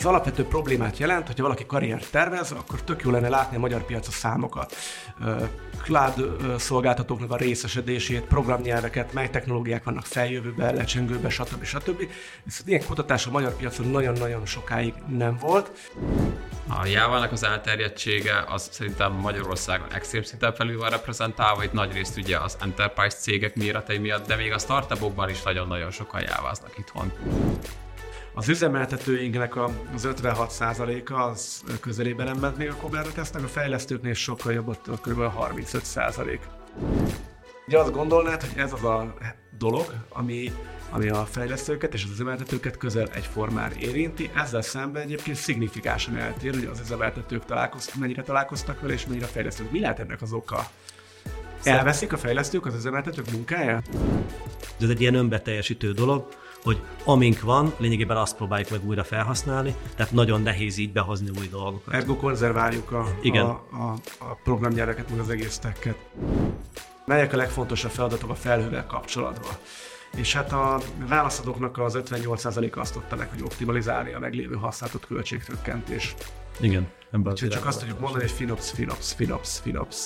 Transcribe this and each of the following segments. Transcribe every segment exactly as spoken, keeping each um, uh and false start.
Az alapvető problémát jelent, hogyha valaki karriert tervez, akkor tök jó lenne látni a magyar piacon számokat. Cloud szolgáltatóknak a részesedését, programnyelveket, mely technológiák vannak feljövőben, lecsengőben, stb. stb. Viszont ilyen kutatás a magyar piacon nagyon-nagyon sokáig nem volt. A Jávának az elterjedtsége az szerintem Magyarországon extrém szinten felül van reprezentálva, itt nagyrészt ugye az enterprise cégek méretei miatt, de még a startupokban is nagyon-nagyon sokan jáváznak itthon. Az üzemeltetőinknek az ötvenhat százaléka az közelében nem ment még a Kubernetesnek, a fejlesztőknél sokkal jobb, ott kb. harmincöt százalék. Ugye azt gondolnád, hogy ez az a dolog, ami, ami a fejlesztőket és az üzemeltetőket közel egyformán érinti, ezzel szemben egyébként szignifikánsan eltér, hogy az üzemeltetők találkoztak, mennyire találkoztak vele és mennyire a fejlesztők. Mi lehet ennek az oka? Elveszik a fejlesztők az üzemeltetők munkáját? Ez egy ilyen önbeteljesítő dolog, hogy amink van, lényegében azt próbáljuk meg újra felhasználni, tehát nagyon nehéz így behozni új dolgokat. Ergo konzerváljuk a, a, a, a programnyelveket, meg az egész stacket. Melyek a legfontosabb feladatok a felhővel kapcsolatban? És hát a válaszadóknak az ötvennyolc százaléka azt tudta meg, hogy optimalizálni a meglévő használatot költségcsökkentés. Igen. Úgyhogy csak azt tudjuk mondani, hogy FinOps, FinOps, FinOps, FinOps.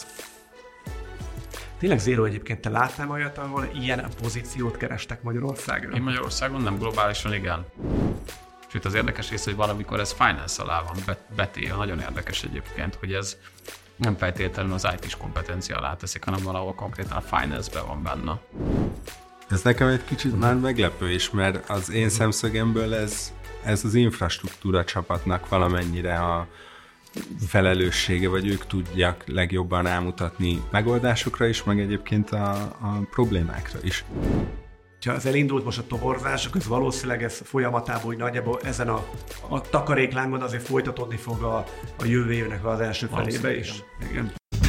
Tényleg Zero, egyébként te láttál olyat, ahol ilyen pozíciót kerestek Magyarországon? Én Magyarországon nem, globálisan igen. Sőt, az érdekes rész, hogy valamikor ez finance alá van betéve, nagyon érdekes egyébként, hogy ez nem feltétlenül az í té-s kompetencia alá teszik, hanem valahol konkrétan a finance-ben van benne. Ez nekem egy kicsit már meglepő is, mert az én szemszögemből ez, ez az infrastruktúra csapatnak valamennyire a felelőssége, vagy ők tudják legjobban rámutatni megoldásokra is, meg egyébként a, a problémákra is. Ha ez elindult most a toborzás, akkor ez valószínűleg ez folyamatában, hogy nagyjából ezen a, a takaréklángon azért folytatódni fog a, a jövő évnek az első felébe is. Igen.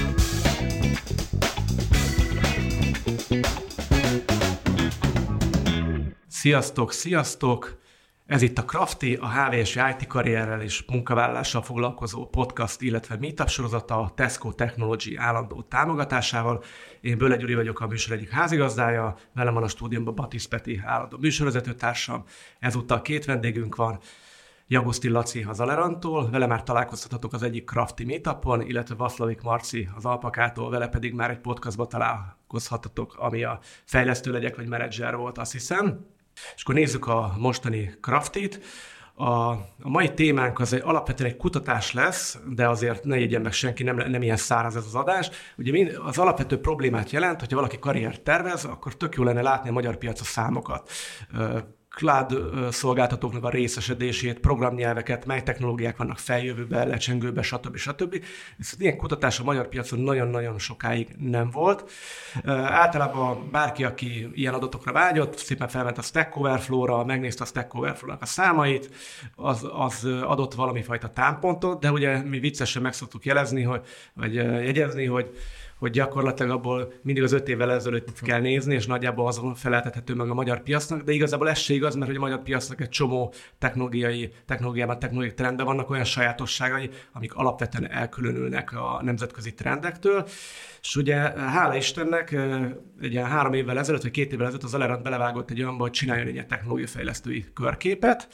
Sziasztok, sziasztok! Ez itt a Crafty, a há vé es i té karrierrel és munkavállalással foglalkozó podcast, illetve meetup sorozata a Tesco Technology állandó támogatásával. Én Bölle Gyuri vagyok, a műsor egyik házigazdája, velem van a stúdiumban Batisz Peti, állandó műsorvezetőtársam. Ezúttal két vendégünk van, Jagusztin Laci az Alerantól, vele már találkozhatatok az egyik Crafty meetupon, illetve Vaszlavik Marci az Alpakától, vele pedig már egy podcastban találkozhatatok, ami a fejlesztő legyek vagy menedzser volt, azt hiszem. És akkor nézzük a mostani Craftyt. A, a mai témánk az egy, alapvetően egy kutatás lesz, de azért ne jegyen meg senki, nem, nem ilyen száraz ez az adás. Ugye az alapvető problémát jelent, hogyha valaki karriert tervez, akkor tök jó lenne látni a magyar piacon számokat. Cloud szolgáltatóknak a részesedését, programnyelveket, mely technológiák vannak feljövőben, lecsengőben, stb. stb. Viszont ilyen kutatás a magyar piacon nagyon-nagyon sokáig nem volt. Általában bárki, aki ilyen adatokra vágyott, szépen felment a Stack Overflow-ra, megnézte a Stack Overflow-nak a számait, az, az adott valami fajta támpontot, de ugye mi viccesen meg szoktuk jelezni, hogy, vagy jegyezni, hogy hogy gyakorlatilag abból mindig az öt évvel ezelőtt kell nézni, és nagyjából azon feleltethető meg a magyar piacnak, de igazából ez se igaz, mert hogy a magyar piacnak egy csomó technológiai, technológiában, technológiai trendben vannak olyan sajátosságai, amik alapvetően elkülönülnek a nemzetközi trendektől. És ugye hála Istennek egy ilyen három évvel ezelőtt, vagy két évvel ezelőtt az Alerant belevágott egy olyanba, hogy csináljon egy ilyen technológiai-fejlesztői körképet.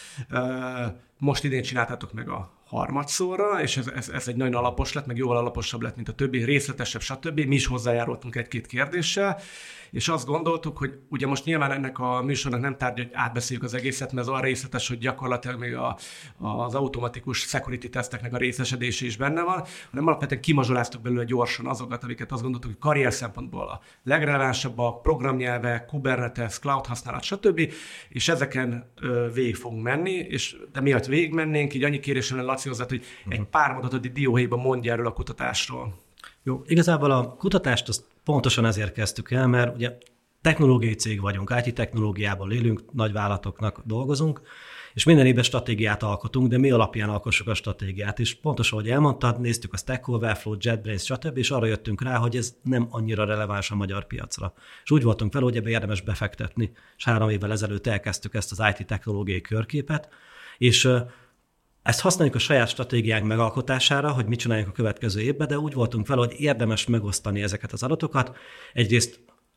Most idén csináltátok meg a harmadszorra, és ez, ez, ez egy nagyon alapos lett, meg jóval alaposabb lett, mint a többi, részletesebb, stb. Mi is hozzájárultunk egy-két kérdéssel, és azt gondoltuk, hogy ugye most nyilván ennek a műsornak nem tárgya, hogy átbeszéljük az egészet, mert ez olyan részletes, hogy gyakorlatilag még a, az automatikus security teszteknek a részesedése is benne van, hanem alapvetően kimazsoláztuk belőle gyorsan azokat, amiket azt gondoltuk, hogy karrier szempontból a legrelevánsabbak, programnyelvek, Kubernetes, cloud használat, stb. És ezeken ö, végig fogunk menni, és de miatt végigmennénk, így annyi kérésem lenne Laci hozzá, hogy egy pár mondatot dióhéjban mondja erről a kutatásról. Jó, igazából a kutatást azt pontosan ezért kezdtük el, mert ugye technológiai cég vagyunk, í té technológiában élünk, nagy vállalatoknak dolgozunk, és minden évben stratégiát alkotunk, de mi alapján alkossuk a stratégiát, és pontosan, ahogy elmondtad, néztük a Stack Overflow, JetBrains, stb., és arra jöttünk rá, hogy ez nem annyira releváns a magyar piacra. És úgy voltunk fel, hogy ebbe érdemes befektetni, és három évvel ezelőtt elkezdtük ezt az í té technológiai körképet, és ezt használjuk a saját stratégiánk megalkotására, hogy mit csináljunk a következő évben, de úgy voltunk fel, hogy érdemes megosztani ezeket az adatokat. Egyrészt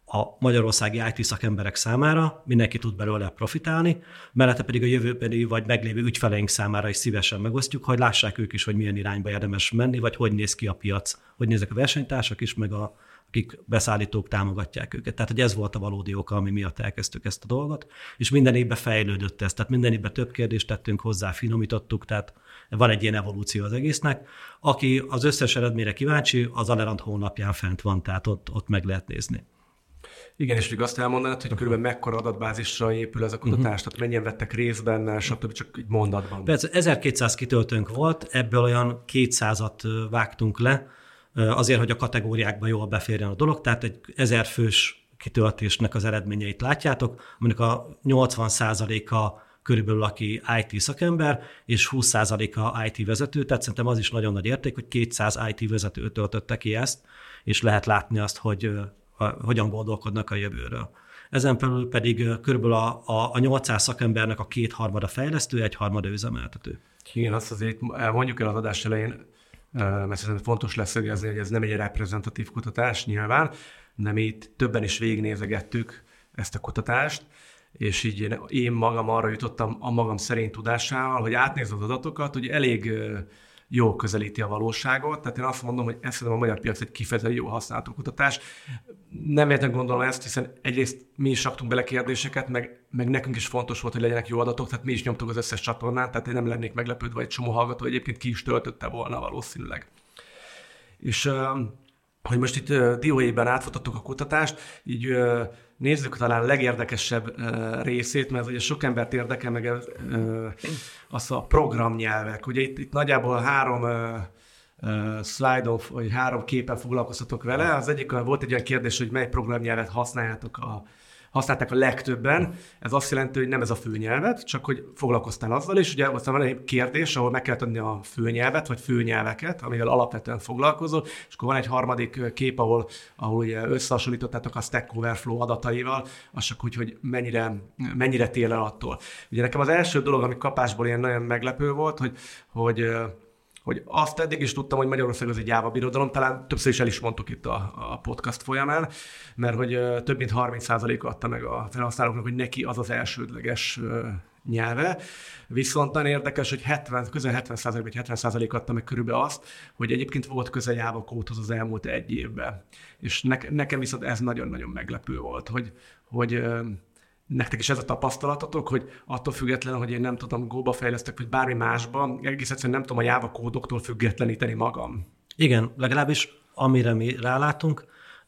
a magyarországi í té szakemberek számára, mindenki tud belőle profitálni, mellette pedig a jövőbeli vagy meglévő ügyfeleink számára is szívesen megosztjuk, hogy lássák ők is, hogy milyen irányba érdemes menni, vagy hogy néz ki a piac, hogy néznek a versenytársak is, meg a, akik beszállítók támogatják őket. Tehát, hogy ez volt a valódi oka, ami miatt elkezdtük ezt a dolgot, és minden évben fejlődött ez, tehát minden évben több kérdést tettünk hozzá, finomítottuk, tehát van egy ilyen evolúció az egésznek. Aki az összes eredményre kíváncsi, az Alerant honlapján fent van, tehát ott, ott meg lehet nézni. Igen, és még azt elmondanod, hogy körülbelül mekkora adatbázisra épül ez a kutatás, uh-huh. tehát mennyien vettek részt benne, stb. Csak egy mondatban. Persze, ezerkétszáz kitöltőnk volt, ebből olyan kétszázat vágtunk le, azért, hogy a kategóriákban jól beférjen a dolog, tehát egy ezer fős kitöltésnek az eredményeit látjátok, aminek a nyolcvan százaléka körülbelül aki í té szakember, és húsz százaléka í té vezető, tehát szerintem az is nagyon nagy érték, hogy kétszáz í té vezető töltötte ki ezt, és lehet látni azt, hogy a, hogyan gondolkodnak a jövőről. Ezen belül pedig körülbelül a, a, a nyolcszáz szakembernek a kétharmada fejlesztő, egyharmada üzemeltető. Igen, azt azért mondjuk el az adás elején, mert szerintem fontos leszögezni, hogy ez nem egy reprezentatív kutatás nyilván, de mi itt többen is végignézegettük ezt a kutatást, és így én, én magam arra jutottam a magam szerint tudásával, hogy átnézve az adatokat, hogy elég jól közelíti a valóságot, tehát én azt mondom, hogy ezt a magyar piac egy kifejezetten jó használható kutatás. Nem értem gondolom ezt, hiszen egyrészt mi is raktunk bele kérdéseket, meg, meg nekünk is fontos volt, hogy legyenek jó adatok, tehát mi is nyomtuk az összes csatornát, tehát én nem lennék meglepődve, vagy egy csomó hallgató egyébként ki is töltötte volna valószínűleg. És hogy most itt dióhéjban átfutottuk a kutatást, így nézzük talán a legérdekesebb részét, mert ugye sok embert érdekel meg az a programnyelvek. Ugye itt, itt nagyjából három szlájdon, vagy három képen foglalkoztatok vele. Az egyik volt egy olyan kérdés, hogy mely programnyelvet használjátok a használták a legtöbben. Ez azt jelenti, hogy nem ez a főnyelvet, csak hogy foglalkoztál azzal, és ugye aztán van egy kérdés, ahol meg kell adni a főnyelvet, vagy főnyelveket, amivel alapvetően foglalkozol, és akkor van egy harmadik kép, ahol, ahol ugye összehasonlítottátok a Stack Overflow adataival, az csak úgy, hogy mennyire, mennyire tél el attól. Ugye nekem az első dolog, ami kapásból ilyen nagyon meglepő volt, hogy, hogy hogy azt eddig is tudtam, hogy Magyarország az egy Java birodalom, talán többször is el is mondtuk itt a, a podcast folyamán, mert hogy több mint harminc százaléka adta meg a felhasználóknak, hogy neki az az elsődleges nyelve. Viszont nagyon érdekes, hogy hetven, közel hetven százalék vagy hetven százalék adta meg körülbelül azt, hogy egyébként volt közel Java kódhoz az elmúlt egy évben. És ne, nekem viszont ez nagyon-nagyon meglepő volt, hogy, hogy nektek is ez a tapasztalatotok, hogy attól függetlenül, hogy én nem tudom, Go-ba fejlesztek, vagy bármi másban, egész egyszerűen nem tudom a Java kódoktól függetleníteni magam. Igen, legalábbis amire mi rálátunk,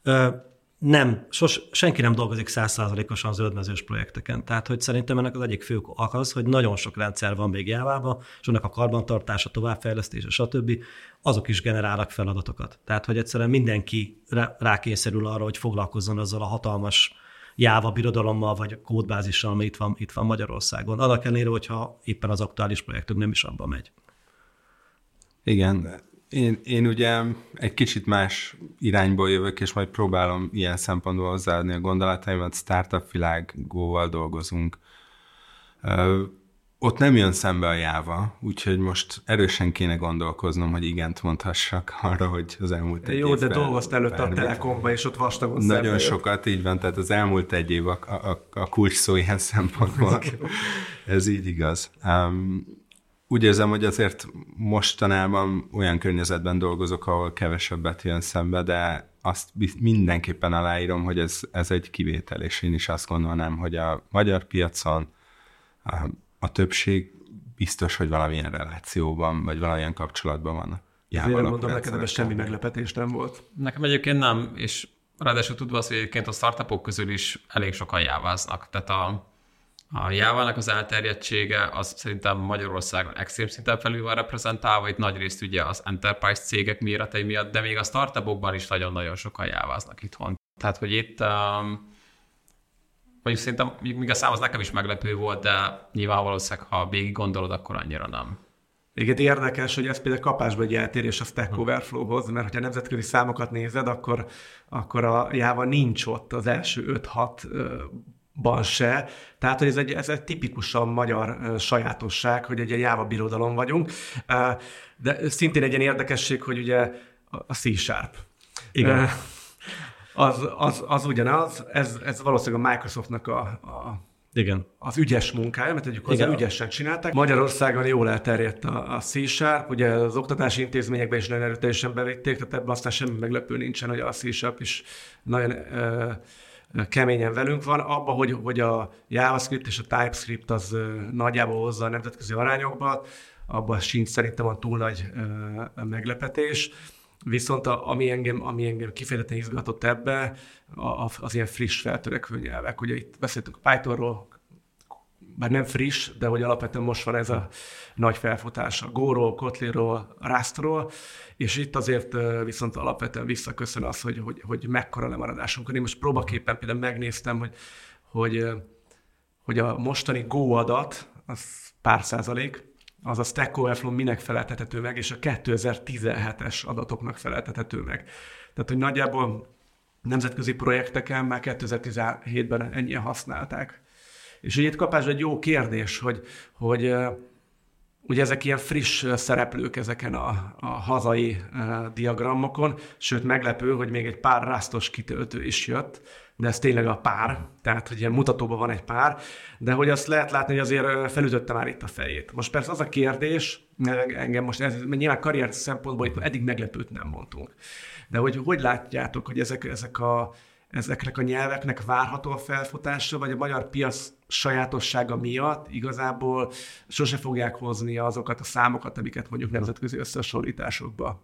nem, sos, senki nem dolgozik száz százalékosan zöldmezős projekteken. Tehát, hogy szerintem ennek az egyik fő ok az, hogy nagyon sok rendszer van még Jávában, és annak a karbantartása, továbbfejlesztése, stb. Azok is generálnak feladatokat. Tehát, hogy egyszerűen mindenki rákényszerül arra, hogy foglalkozzon azzal a hatalmas Java birodalommal, vagy kódbázissal, ami itt van, itt van Magyarországon. Annak ellenére, hogyha éppen az aktuális projektünk nem is abban megy. Igen. Én, én ugye egy kicsit más irányból jövök, és majd próbálom ilyen szempontból hozzáadni a gondolataimat. Startup világ, Go-val dolgozunk. Ö, ott nem jön szembe a Java, úgyhogy most erősen kéne gondolkoznom, hogy igent mondhassak arra, hogy az elmúlt egy Jó, évben... de dolgoztál előtt a Telekomba, és ott vastagon szembe Nagyon sokat, így van, tehát az elmúlt egy év a, a, a kulcs szó ilyen szempontból. Ez így igaz. Um, úgy érzem, hogy azért mostanában olyan környezetben dolgozok, ahol kevesebbet jön szembe, de azt mindenképpen aláírom, hogy ez, ez egy kivétel, és én is azt gondolnám, hogy a magyar piacon a, a többség biztos, hogy valamilyen relációban, vagy valamilyen kapcsolatban van. Ezért mondom neked, ebben semmi meglepetés nem volt. Nekem egyébként nem, és ráadásul tudva azt, hogy egyébként a startupok közül is elég sokan jáváznak. Tehát a, a Jávának az elterjedtsége az szerintem Magyarországon extrém szinten felül van reprezentálva, itt nagyrészt ugye az enterprise cégek méretei miatt, de még a startupokban is nagyon-nagyon sokan jáváznak itthon. Tehát, hogy itt um, mondjuk szerintem, míg a szám az nekem is meglepő volt, de nyilván valószínűleg, ha végig gondolod, akkor annyira nem. Igen, érdekes, hogy ez például kapásban egy eltérés a Stack Overflowhoz, mert hogyha nemzetközi számokat nézed, akkor, akkor a Java nincs ott az első öt-hatban se. Tehát, hogy ez egy, ez egy tipikusan magyar sajátosság, hogy egy Java birodalom vagyunk. De szintén egy ilyen érdekesség, hogy ugye a C Sharp. Igen. az, az, az ugyanaz, ez, ez valószínűleg a Microsoftnak a, a Igen. az ügyes munkája, mert tegyük hozzá, ügyesen csinálták. Magyarországon jól elterjedt a, a C-Sharp, ugye az oktatási intézményekben is nagyon erőteljesen bevitték, tehát ebben aztán semmi meglepő nincsen, hogy a C-Sharp is nagyon ö, keményen velünk van. Abban, hogy, hogy a JavaScript és a TypeScript az ö, nagyjából hozza a nemzetközi arányokba, abban sincs szerintem a túl nagy ö, meglepetés. Viszont a, ami, engem, ami engem kifejezetten izgatott ebbe, a, az ilyen friss feltörekvő nyelvek. Ugye itt beszéltünk a Pythonról, bár nem friss, de hogy alapvetően most van ez a nagy felfutás a Go-ról, Kotlinról, Rustról, és itt azért viszont alapvetően visszaköszön az, hogy, hogy, hogy mekkora lemaradásunk. Én most próbaképpen például megnéztem, hogy, hogy, hogy a mostani Go adat, az pár százalék, az a Stack Overflow minek feleltethető meg, és a kétezer-tizenhetes adatoknak feleltethető meg. Tehát, hogy nagyjából nemzetközi projekteken már kétezer-tizenhétben ennyien használták. És így itt kapásban egy jó kérdés, hogy, hogy ugye ezek ilyen friss szereplők ezeken a, a hazai diagramokon, sőt meglepő, hogy még egy pár rasztos kitöltő is jött, de ez tényleg a pár, tehát hogy ilyen mutatóban van egy pár, de hogy azt lehet látni, hogy azért felütötte már itt a fejét. Most persze az a kérdés, engem most ez, nyilván karrier szempontból itt eddig meglepőt nem mondtunk, de hogy hogy látjátok, hogy ezek, ezek a, ezeknek a nyelveknek várható a felfutása, vagy a magyar piac sajátossága miatt igazából sose fogják hozni azokat a számokat, amiket mondjuk nemzetközi összehasonlításokba?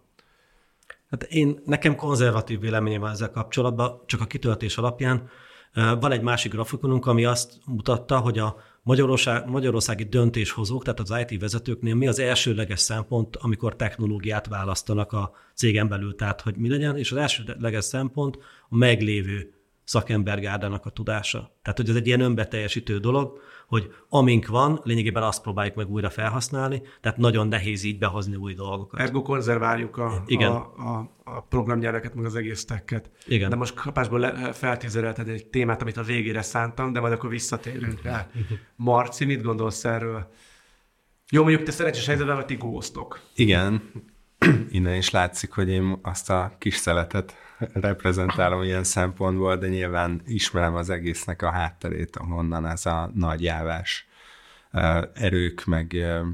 Hát én, nekem konzervatív véleményem van ezzel kapcsolatban, csak a kitöltés alapján. Van egy másik grafikonunk, ami azt mutatta, hogy a Magyarország, magyarországi döntéshozók, tehát az i té vezetőknél mi az elsőleges szempont, amikor technológiát választanak a cégen belül, tehát hogy mi legyen, és az elsőleges szempont a meglévő szakembergárdának a tudása. Tehát, hogy ez egy ilyen önbeteljesítő dolog, hogy amink van, lényegében azt próbáljuk meg újra felhasználni, tehát nagyon nehéz így behozni új dolgokat. Ergo konzerváljuk a, Igen. a, a, a programnyelveket, meg az egész tech-et. Igen. De most kapásból feltézelelted egy témát, amit a végére szántam, de majd akkor visszatérünk rá. Marci, mit gondolsz erről? Jó, mondjuk te szerencsés helyzetben, hogy ti góztok. Igen, innen is látszik, hogy én azt a kis szeletet reprezentálom ilyen szempontból, de nyilván ismerem az egésznek a hátterét, ahonnan ez a nagy jávás erők meg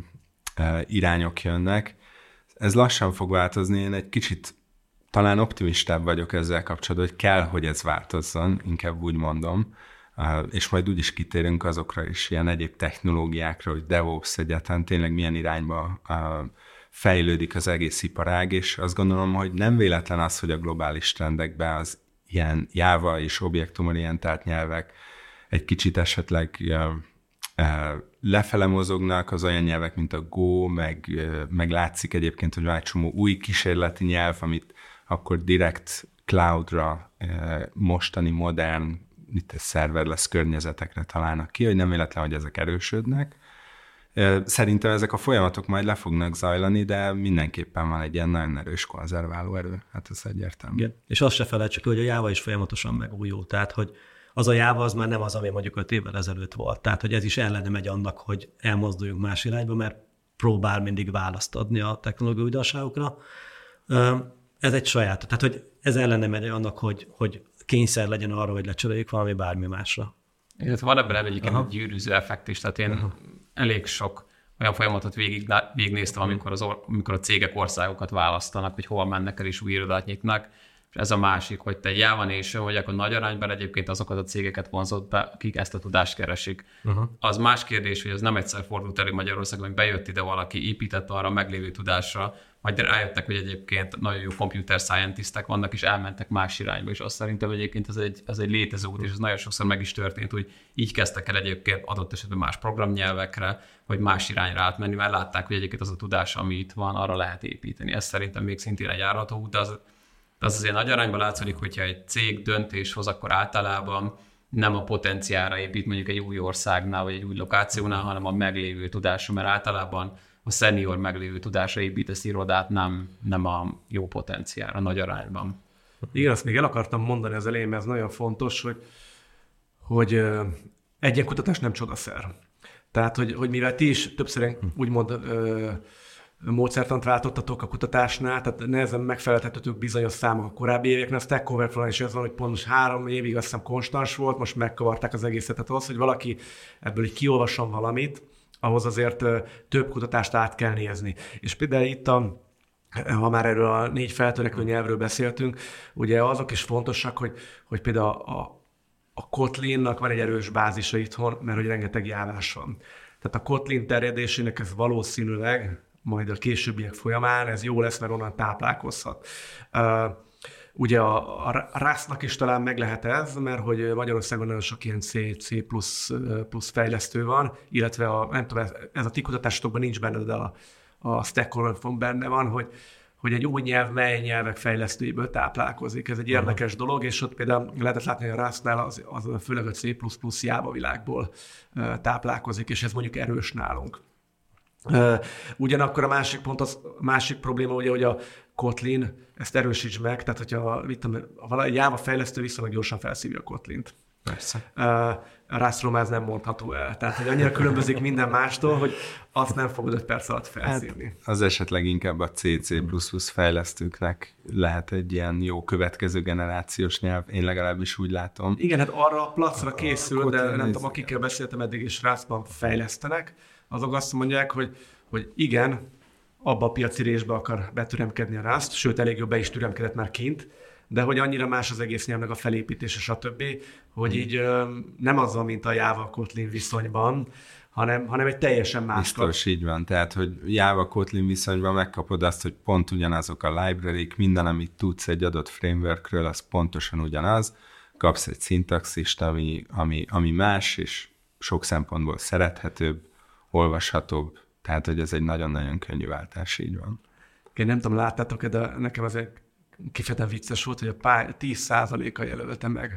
irányok jönnek. Ez lassan fog változni, én egy kicsit talán optimistább vagyok ezzel kapcsolatban, hogy kell, hogy ez változzon, inkább úgy mondom, és majd úgy is kitérünk azokra is, ilyen egyéb technológiákra, hogy DevOps egyáltalán tényleg milyen irányba fejlődik az egész iparág, és azt gondolom, hogy nem véletlen az, hogy a globális trendekben az ilyen Java és objektumorientált nyelvek egy kicsit esetleg uh, uh, lefele mozognak, az olyan nyelvek, mint a Go, meg, uh, meg látszik egyébként, hogy van egy csomó új kísérleti nyelv, amit akkor direkt cloudra, uh, mostani modern, itt serverless környezetekre találnak ki, hogy nem véletlen, hogy ezek erősödnek. Szerintem ezek a folyamatok majd le fognak zajlani, de mindenképpen van egy ilyen nagyon erős konzerváló erő. Hát ez egyértelmű. Igen. És azt se felejtsük, hogy a Java is folyamatosan megújul. Tehát, hogy az a Java az már nem az, ami mondjuk öt évvel ezelőtt volt. Tehát, hogy ez is ellene megy annak, hogy elmozduljunk más irányba, mert próbál mindig választ adni a technológiai újdonságokra. Ez egy saját. Tehát, hogy ez ellene megy annak, hogy, hogy kényszer legyen arra, hogy lecseréljük valami bármi másra. Illetve van ebben egyébként egy gyűrűző effekt is, tehát én Aha. elég sok olyan folyamatot végig, végignéztem, amikor, az, amikor a cégek országokat választanak, hogy hova mennek el és új irodát nyitnak, és ez a másik, hogy te egy Java Nation vagy, akkor nagy arányban egyébként azokat a cégeket vonzott be, akik ezt a tudást keresik. Uh-huh. Az más kérdés, hogy ez nem egyszer fordult elő Magyarországon, hogy bejött ide valaki, épített arra a meglévő tudásra, majd rájöttek, hogy egyébként nagyon jó computer scientistek vannak, és elmentek más irányba, és azt szerintem egyébként ez egy, ez egy létező út, és ez nagyon sokszor meg is történt, hogy így kezdtek el egyébként adott esetben más programnyelvekre, vagy más irányra átmenni, mert látták, hogy egyébként az a tudás, ami itt van, arra lehet építeni. Ez szerintem még szintén egy járható út, de az, de az azért nagy arányban látszik, hogyha egy cég döntés hoz, akkor általában nem a potenciálra épít mondjuk egy új országnál, vagy egy új lokációnál, hanem a meglévő tudásra, mert általában a senior meglévő tudásra építesz irodát, nem, nem a jó potenciálra, nagy arányban. Igen, azt még el akartam mondani az elején, mert ez nagyon fontos, hogy, hogy egy ilyen kutatás nem csodaszer. Tehát, hogy, hogy mivel ti is többször úgymond ö, módszertant váltottatok a kutatásnál, tehát nehezen megfeleltetőtök bizonyos számok a korábbi éveknél. A Stack Overflow-nál is ez van, hogy pont most három évig azt hiszem konstans volt, most megkavarták az egészet. Tehát az, hogy valaki ebből így kiolvasson valamit, ahhoz azért több kutatást át kell nézni. És például itt a ha már erről a négy feltörekvő nyelvről beszéltünk, ugye azok is fontosak, hogy, hogy például a, a Kotlinnak van egy erős bázisa itthon, mert hogy rengeteg jávás van. Tehát a Kotlin terjedésének ez valószínűleg majd a későbbiek folyamán ez jó lesz, mert onnan táplálkozhat. Uh, ugye a, a Rustnak is talán meg lehet ez, mert hogy Magyarországon nagyon sok ilyen C, C plusz, plusz fejlesztő van, illetve a, nem tudom, ez, ez a ti kutatásotokban nincs benne, de a a Stack Overflow benne van, hogy, hogy egy új nyelv mely nyelvek fejlesztőiből táplálkozik. Ez egy uh-huh. érdekes dolog, és ott például lehetett látni, hogy a Rustnál az, az főleg a C plusz plusz Java világból uh, táplálkozik, és ez mondjuk erős nálunk. Uh, ugyanakkor a másik pont, az másik probléma ugye, hogy a Kotlin, ezt erősíts meg, tehát hogyha mit tudom, egy Java fejlesztő viszonylag gyorsan felszívja a Kotlint. Persze. Uh, a Rustról már ez nem mondható el. Tehát, hogy annyira különbözik minden mástól, hogy azt nem fogod öt perc alatt felszívni. Hát az esetleg inkább a C C plusz plusz fejlesztőknek lehet egy ilyen jó következő generációs nyelv, én legalábbis úgy látom. Igen, hát arra a placra készül, de nem tudom, akikkel beszéltem eddig is Rustban fejlesztenek, azok azt mondják, hogy, hogy igen, abba a piaci részbe akar betüremkedni a Rust, sőt, elég jobb be is türemkedett már kint, de hogy annyira más az egész nyelvnek a felépítése, stb., hogy így nem az van, mint a Java-Kotlin viszonyban, hanem, hanem egy teljesen más. Biztos így van, tehát, hogy Java-Kotlin viszonyban megkapod azt, hogy pont ugyanazok a library-k, minden, amit tudsz egy adott frameworkről, az pontosan ugyanaz, kapsz egy szintaxist, ami, ami, ami más, és sok szempontból szerethetőbb, olvashatóbb, tehát, hogy ez egy nagyon-nagyon könnyű váltás, így van. Én nem tudom, láttátok-e, de nekem az egy kifejezetten vicces volt, hogy a tíz százaléka jelölte meg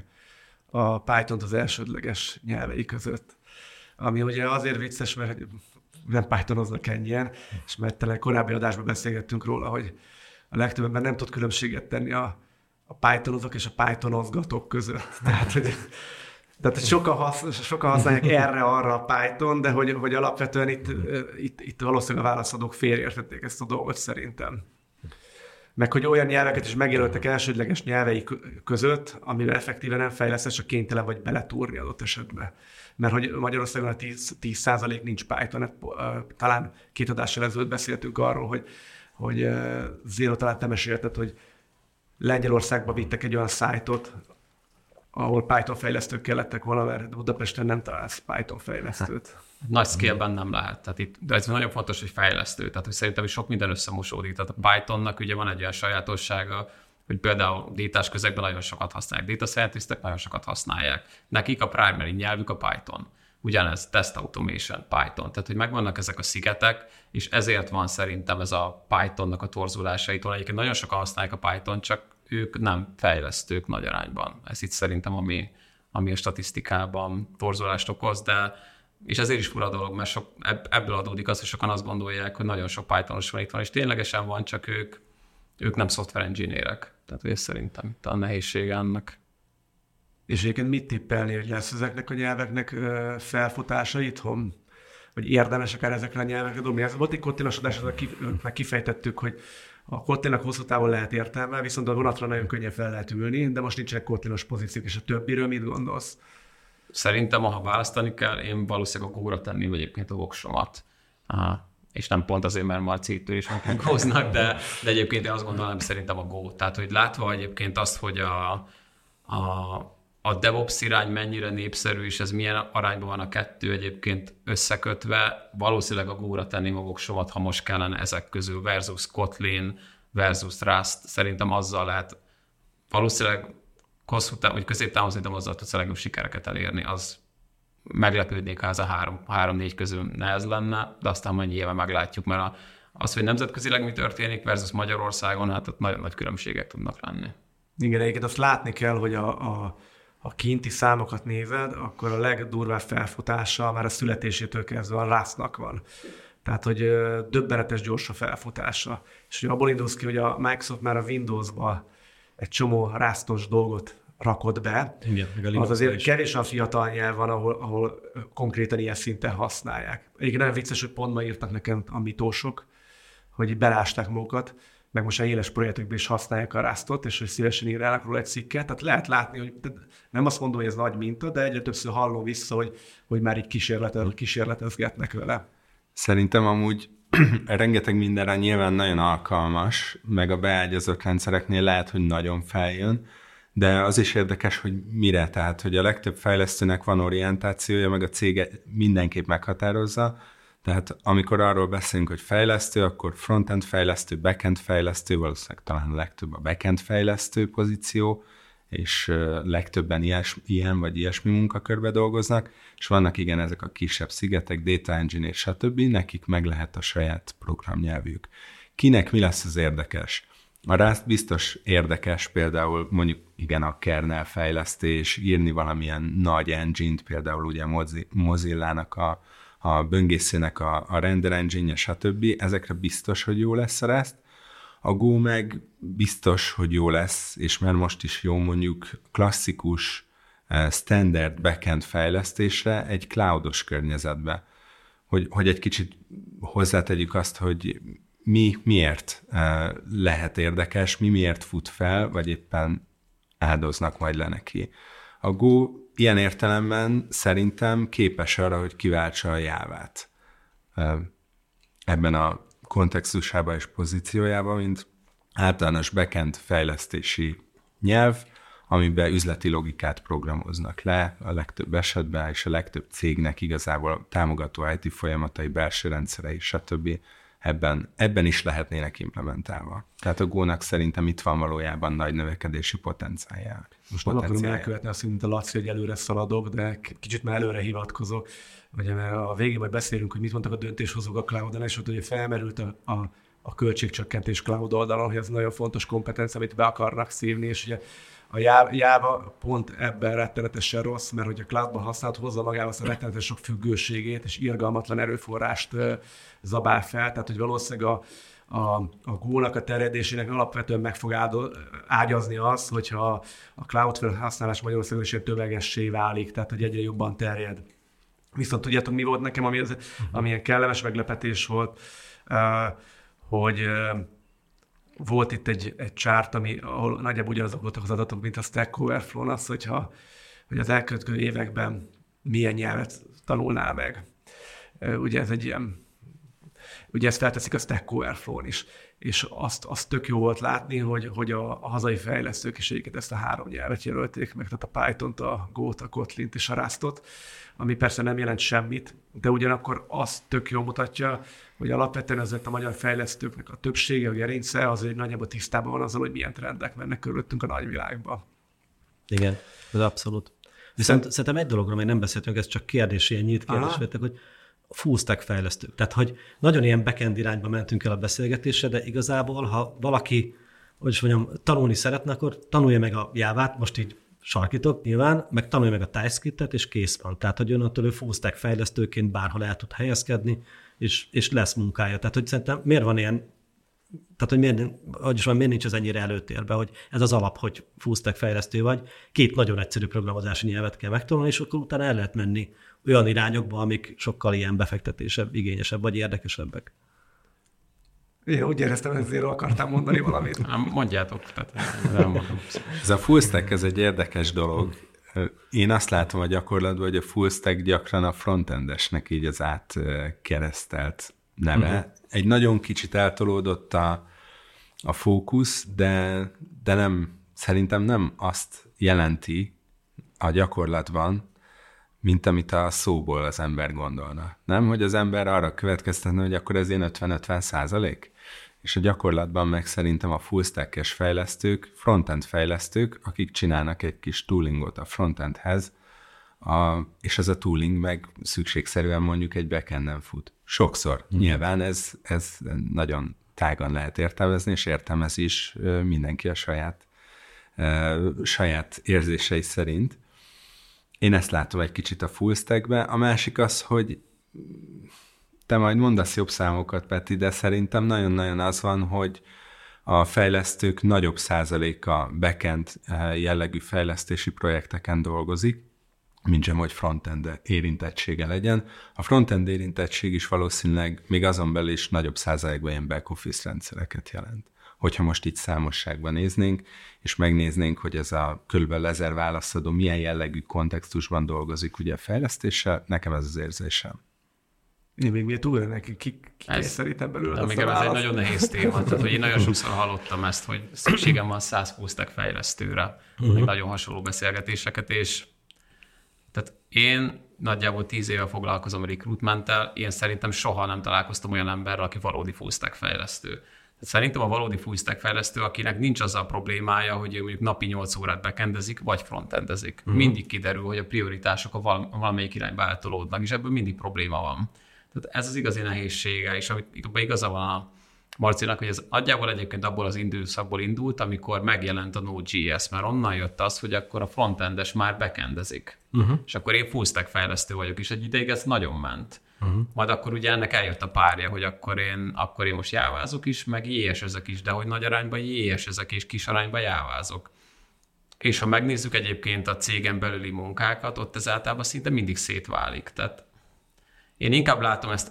a Pythont az elsődleges nyelvei között. Ami ugye azért vicces, mert nem Pythonoznak ennyien, és mert tényleg korábbi adásban beszélgettünk róla, hogy a legtöbben nem tud különbséget tenni a, a Pythonozók és a Pythonozgatók között. Tehát, hogy, tehát sokan, hasz, sokan használják erre-arra a Python, de hogy, hogy alapvetően itt, itt, itt valószínűleg a válaszadók félreértették ezt a dolgot szerintem. Meg hogy olyan nyelveket is megjelöltek elsődleges nyelvei között, amivel effektíven nem fejlesztesz, csak kénytelen vagy beletúrni adott esetben. Mert hogy Magyarországon a tíz százalék nincs Python, talán két adással ezelőtt beszéltünk arról, hogy, hogy Zéro, talán te mesélted, hogy Lengyelországba vittek egy olyan szájtot, ahol Python fejlesztők kellettek volna, mert Budapesten nem találsz Python fejlesztőt. Nagy scale-ben nem lehet. Tehát itt, de ez nagyon fontos, hogy fejlesztő. Tehát hogy szerintem is sok minden összemosódik. Tehát a Pythonnak ugye van egy olyan sajátossága, hogy például détás közegben nagyon sokat használják. Data scientistek nagyon sokat használják. Nekik a primary nyelvük a Python. Ugyanez test automation, Python. Tehát, hogy megvannak ezek a szigetek, és ezért van szerintem ez a Pythonnak a torzulásaitól. Egyébként nagyon sokan használják a Python, csak ők nem fejlesztők nagy arányban. Ez itt szerintem, ami, ami a statisztikában torzulást okoz, de és ezért is fura dolog, mert sok, ebből adódik az, hogy sokan azt gondolják, hogy nagyon sok Pythonos van itt van, és ténylegesen van, csak ők, ők nem software engineerek. Tehát ez szerintem itt a nehézsége ennek. És egyébként mit tippelni, hogy lesz ezeknek a nyelveknek felfutása itthon? Vagy érdemes akár ezekre a nyelvekre dobni? Ez volt egy Kotlinos adás, meg kifejtettük, hogy a Kotlinnak hosszú távon lehet értelme, viszont a vonatra nagyon könnyen fel lehet ülni, de most nincsenek Kotlinos pozíciók, és a többiről mit gondolsz? Szerintem, ha választani kell, én valószínűleg a Go-ra tenném egyébként a voksomat. Aha. És nem pont azért, mert már C-től is megkóznak, de, de egyébként én azt gondolom, szerintem a Go. Tehát, hogy látva egyébként azt, hogy a, a, a DevOps irány mennyire népszerű, és ez milyen arányban van a kettő egyébként összekötve, valószínűleg a Go-ra tenném a voksomat, ha most kellene ezek közül versus Kotlin, versus Rust. Szerintem azzal lehet valószínűleg hosszú távon, vagy középtávon szerintem azzal tudsz a legjobb sikereket elérni, az meglepődnék, ha ez a három, három-négy közül ne ez lenne, de aztán mennyi éve meglátjuk, mert a, az, hogy nemzetközileg mi történik versus Magyarországon, hát ott nagyon nagy különbségek tudnak lenni. Igen, egyébként azt látni kell, hogy a, a, a kinti számokat nézed, akkor a legdurvább felfutása már a születésétől kezdve a Rustnak van. Tehát, hogy döbbenetes gyors a felfutása. És hogy abból indulsz ki, hogy a Microsoft már a Windowsba egy csomó Rustos dolgot rakott be. Igen, az azért kevés a fiatal nyelv van, ahol, ahol konkrétan ilyen szinten használják. Egyébként nagyon vicces, hogy pont ma írtak nekem a mitósok, hogy belásták magukat, meg most a éles projektekben is használják a Rustot, és hogy szívesen írálnak róla egy cikket. Tehát lehet látni, hogy nem azt mondom, hogy ez nagy minta, de egyre többször hallom vissza, hogy, hogy már így kísérletet, kísérletezgetnek vele. Szerintem amúgy rengeteg mindenre nyilván nagyon alkalmas, meg a beágyazott rendszereknél lehet, hogy nagyon feljön, de az is érdekes, hogy mire, tehát, hogy a legtöbb fejlesztőnek van orientációja, meg a cége mindenképp meghatározza, tehát amikor arról beszélünk, hogy fejlesztő, akkor frontend fejlesztő, backend fejlesztő, valószínűleg talán a legtöbb a backend fejlesztő pozíció, és legtöbben ilyes, ilyen vagy ilyesmi munkakörbe dolgoznak, és vannak igen ezek a kisebb szigetek, data engineer, stb., nekik meg lehet a saját programnyelvük. Kinek mi lesz az érdekes? A Rust biztos érdekes, például mondjuk igen a kernel fejlesztés, írni valamilyen nagy engine-t, például ugye Mozilla-nak a, a böngészőnek a, a render engine-je, stb. Ezekre biztos, hogy jó lesz a Rust. A Go meg biztos, hogy jó lesz, és már most is jó mondjuk klasszikus standard backend fejlesztésre egy cloudos környezetbe. Hogy, hogy egy kicsit hozzátegyük azt, hogy mi miért lehet érdekes, mi miért fut fel, vagy éppen áldoznak majd le neki. A Go ilyen értelemben szerintem képes arra, hogy kiváltsa a Jávát. Ebben a kontextusában és pozíciójában, mint általános backend fejlesztési nyelv, amiben üzleti logikát programoznak le a legtöbb esetben, és a legtöbb cégnek igazából támogató i té folyamatai, belső rendszerei, stb. Ebben, ebben is lehetnének implementálva. Tehát a Go-nak szerintem itt van valójában nagy növekedési potenciálja. Most nem akarom elkövetni azt, mint a Laci, hogy előre szaladok, de kicsit már előre hivatkozok. Ugye, mert a végén majd beszélünk, hogy mit mondtak a döntéshozók a cloudon, és ott ugye felmerült a, a, a költségcsökkentés cloud oldalon, hogy ez nagyon fontos kompetencia, amit be akarnak szívni, és ugye a Java pont ebben rettenetesen rossz, mert hogy a cloudban használat hozza magával azt a rettenetes sok függőségét, és irgalmatlan erőforrást zabál fel, tehát hogy valószínűleg a, a, a Go-nak a terjedésének alapvetően meg fog ágyazni az, hogyha a cloud felhasználás Magyarországon is tömegessé válik, tehát hogy egyre jobban terjed. Viszont tudjátok, mi volt nekem, ami, az, ami ilyen kellemes meglepetés volt, hogy volt itt egy, egy chart, ami, ahol nagyjából ugyanazok voltak az adatok, mint a Stack Overflow-n, az, hogyha, hogy az elkövetkező években milyen nyelvet tanulnál meg. Ugye ez egy ilyen, ugye ezt felteszik a Stack Overflow-n is, és azt, azt tök jó volt látni, hogy, hogy a, a hazai fejlesztők is egyébként ezt a három nyelvet jelölték meg, tehát a Pythont, a Go-t, a Kotlint és a Rustot, ami persze nem jelent semmit, de ugyanakkor azt tök jól mutatja, hogy alapvetően ezért a magyar fejlesztőknek a többsége, a gerince, az egy nagyjából tisztában van azzal, hogy milyen trendek mennek körülöttünk a nagyvilágban. Igen, ez abszolút. Viszont Szent... szerintem egy dologról még nem beszéltünk, ez csak kérdés, ilyen nyílt kérdés vettek, hogy full stack fejlesztők. Tehát, hogy nagyon ilyen backend irányba mentünk el a beszélgetésre, de igazából, ha valaki, hogy is mondjam, tanulni szeretne, akkor tanulja meg a Jávát, most így sarkítok nyilván, meg tanulja meg a TypeScriptet, és kész van. Tehát, hogy onnantól ő full stack fejlesztőként bárhol el tud helyezkedni, és, és lesz munkája. Tehát, hogy szerintem miért van ilyen, tehát, hogy miért, hogy is van, miért nincs ez ennyire előtérben, hogy ez az alap, hogy full stack fejlesztő vagy, két nagyon egyszerű programozási nyelvet kell megtanulni, és akkor utána el lehet menni olyan irányokba, amik sokkal ilyen befektetésebb, igényesebb, vagy érdekesebbek. Én úgy éreztem, hogy ezért akartam mondani valamit. Mondjátok. Tehát nem mondom. Ez a full stack, ez egy érdekes dolog. Én azt látom a gyakorlatban, hogy a full stack gyakran a frontendesnek így az átkeresztelt neve. Uh-huh. Egy nagyon kicsit eltolódott a, a fókusz, de, de nem, szerintem nem azt jelenti a gyakorlatban, mint amit a szóból az ember gondolna. Nem, hogy az ember arra következtetne, hogy akkor ez ilyen ötven-ötven százalék? És a gyakorlatban meg szerintem a full stack-es fejlesztők, frontend fejlesztők, akik csinálnak egy kis toolingot a frontendhez, a, és ez a tooling meg szükségszerűen mondjuk egy backenden fut. Sokszor. Mm. Nyilván ez, ez nagyon tágan lehet értelmezni, és értelmezi is mindenki a saját, saját érzései szerint. Én ezt látom egy kicsit a full stackbe. A másik az, hogy te majd mondasz jobb számokat, Peti, de szerintem nagyon-nagyon az van, hogy a fejlesztők nagyobb százaléka backend jellegű fejlesztési projekteken dolgozik, mint sem, hogy frontend érintettsége legyen. A frontend érintettség is valószínűleg még azon belül is nagyobb százalékban ilyen back-office rendszereket jelent. Hogyha most itt számosságban néznénk, és megnéznénk, hogy ez a körülbelül ezer válaszadó milyen jellegű kontextusban dolgozik ugye a fejlesztéssel, nekem ez az érzésem. Én még miért újra neki kikényszerítem belőle. De még ez egy nagyon nehéz téma. Tehát, hogy én nagyon sokszor hallottam ezt, hogy szükségem van száz full stack fejlesztőre, uh-huh. nagyon hasonló beszélgetéseket, és tehát én nagyjából tíz éve foglalkozom recruitmenttel, én szerintem soha nem találkoztam olyan emberrel, aki valódi full stack fejlesztő. Tehát szerintem a valódi full stack fejlesztő, akinek nincs az a problémája, hogy ő mondjuk napi nyolc órát backendezik, vagy frontendezik. Uh-huh. Mindig kiderül, hogy a prioritások a val- valamelyik irányba eltolódnak, és ebből mindig probléma van. Tehát ez az igazi nehézsége, és amit igaza van a Marcinak, hogy ez nagyjából egyébként abból az időszakból indult, amikor megjelent a Node.js, mert onnan jött az, hogy akkor a frontendes már backendezik. Uh-huh. És akkor én full stack fejlesztő vagyok, és egy ideig ez nagyon ment. Uh-huh. Majd akkor ugye ennek eljött a párja, hogy akkor én, akkor én most jávázok is, meg jé es-ezek is, de hogy nagy arányban jé es-ezek és kis arányban jávázok. És ha megnézzük egyébként a cégen belüli munkákat, ott ez általában szinte mindig szétválik. Tehát én inkább látom ezt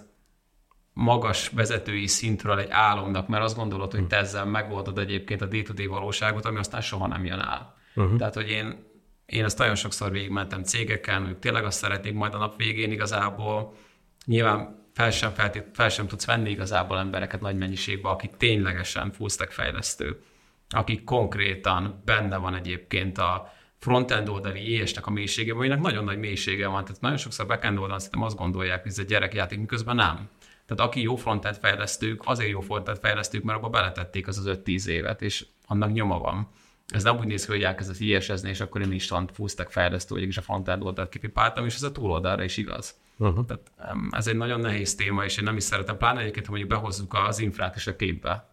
magas vezetői szintről egy álomnak, mert azt gondolod, hogy te ezzel megoldod egyébként a day-to-day valóságot, ami aztán soha nem jön el. Uh-huh. Tehát, hogy én, én ezt nagyon sokszor végigmentem cégeken, ők tényleg azt szeretnék majd a nap végén igazából, nyilván fel sem, feltét, fel sem tudsz venni igazából embereket nagy mennyiségben, akik ténylegesen full stack fejlesztő, akik konkrétan benne van egyébként a frontend oldali jé es-nek a mélységében, aminek nagyon nagy mélysége van. Tehát nagyon sokszor backend oldalon szerintem azt gondolják, hogy ez egy gyerekjáték, miközben nem. Tehát aki jó frontend fejlesztők, azért jó frontend fejlesztők, mert abba beletették az az öt-tíz évet, és annak nyoma van. Ez nem úgy néz ki, hogy elkezdett jé es-ezni, és akkor én instant full stack fejlesztő vagyok, és a frontend oldalt kipipáltam, és ez a túloldalra is igaz. Uh-huh. Tehát ez egy nagyon nehéz téma, és én nem is szeretem, pláne egyébként, ha mondjuk behozzuk az infrát is a képbe.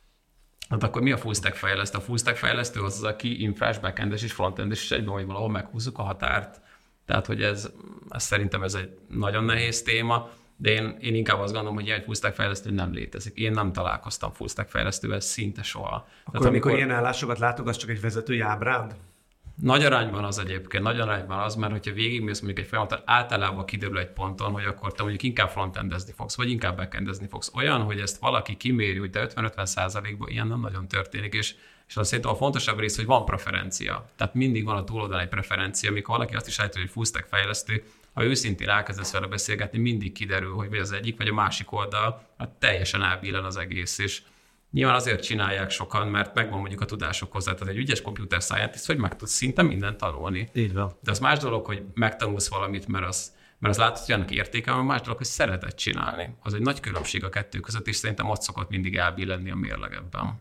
Hát akkor mi a full stack fejlesztő? A full stack fejlesztő az az, aki infrás, backendes és frontendes, és egyben, hogy valahol meghúzzuk a határt. Tehát, hogy ez, ez szerintem ez egy nagyon nehéz téma, de én, én inkább azt gondolom, hogy ilyen full stack fejlesztő nem létezik. Én nem találkoztam full stack fejlesztővel szinte soha. Akkor Tehát, amikor, amikor ilyen állásokat látok, az csak egy vezetői ábránd? Nagy arányban az egyébként, nagy arányban az, mert hogyha végigmész mondjuk egy folyamatot, általában kiderül egy ponton, hogy akkor te mondjuk inkább frontendezni fogsz, vagy inkább backendezni fogsz. Olyan, hogy ezt valaki kiméri, hogy te ötven-ötven százalékban ilyen nem nagyon történik, és, és azt szerintem a fontosabb rész, hogy van preferencia. Tehát mindig van a túloldalon egy preferencia, amikor valaki azt is állítja, hogy full stack fejlesztő, ha őszintén elkezdesz vele beszélgetni, mindig kiderül, hogy vagy az egyik, vagy a másik oldal, hát teljesen elbillen az egész, és nyilván azért csinálják sokan, mert megvan mondjuk a tudások hozzá. Tehát egy ügyes computer scientist, hogy meg tudsz szinte mindent tanulni. Így van. De az más dolog, hogy megtanulsz valamit, mert az, mert az látod, hogy annak értéke, a más dolog, hogy szereted csinálni. Az egy nagy különbség a kettő között, és szerintem ott szokott mindig elbillenni a mérleg ebben.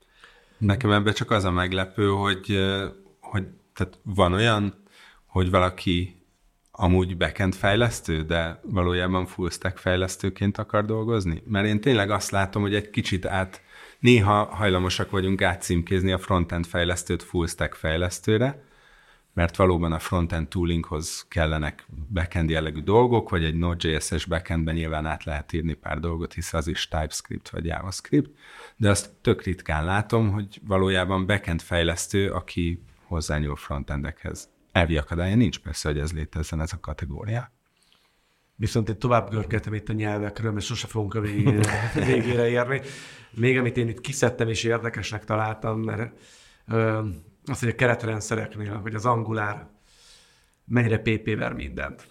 Nekem ebben csak az a meglepő, hogy, hogy tehát van olyan, hogy valaki amúgy backend fejlesztő, de valójában full stack fejlesztőként akar dolgozni? Mert én tényleg azt látom, hogy egy kicsit át néha hajlamosak vagyunk átcímkézni a frontend fejlesztőt full stack fejlesztőre, mert valóban a frontend toolinghoz kellenek backend jellegű dolgok, vagy egy Node.js-es backendben nyilván át lehet írni pár dolgot, hisz az is TypeScript vagy JavaScript, de azt tök ritkán látom, hogy valójában backend fejlesztő, aki hozzányúl frontendekhez. Elvi akadálya nincs persze, hogy ez létezzen ez a kategória. Viszont én tovább görgetem itt a nyelvekről, mert sose fogunk a végére, végére érni. Még amit én itt kiszedtem és érdekesnek találtam, mert ö, az, hogy a keretrendszereknél, hogy az Angular mennyire pé pé ver mindent.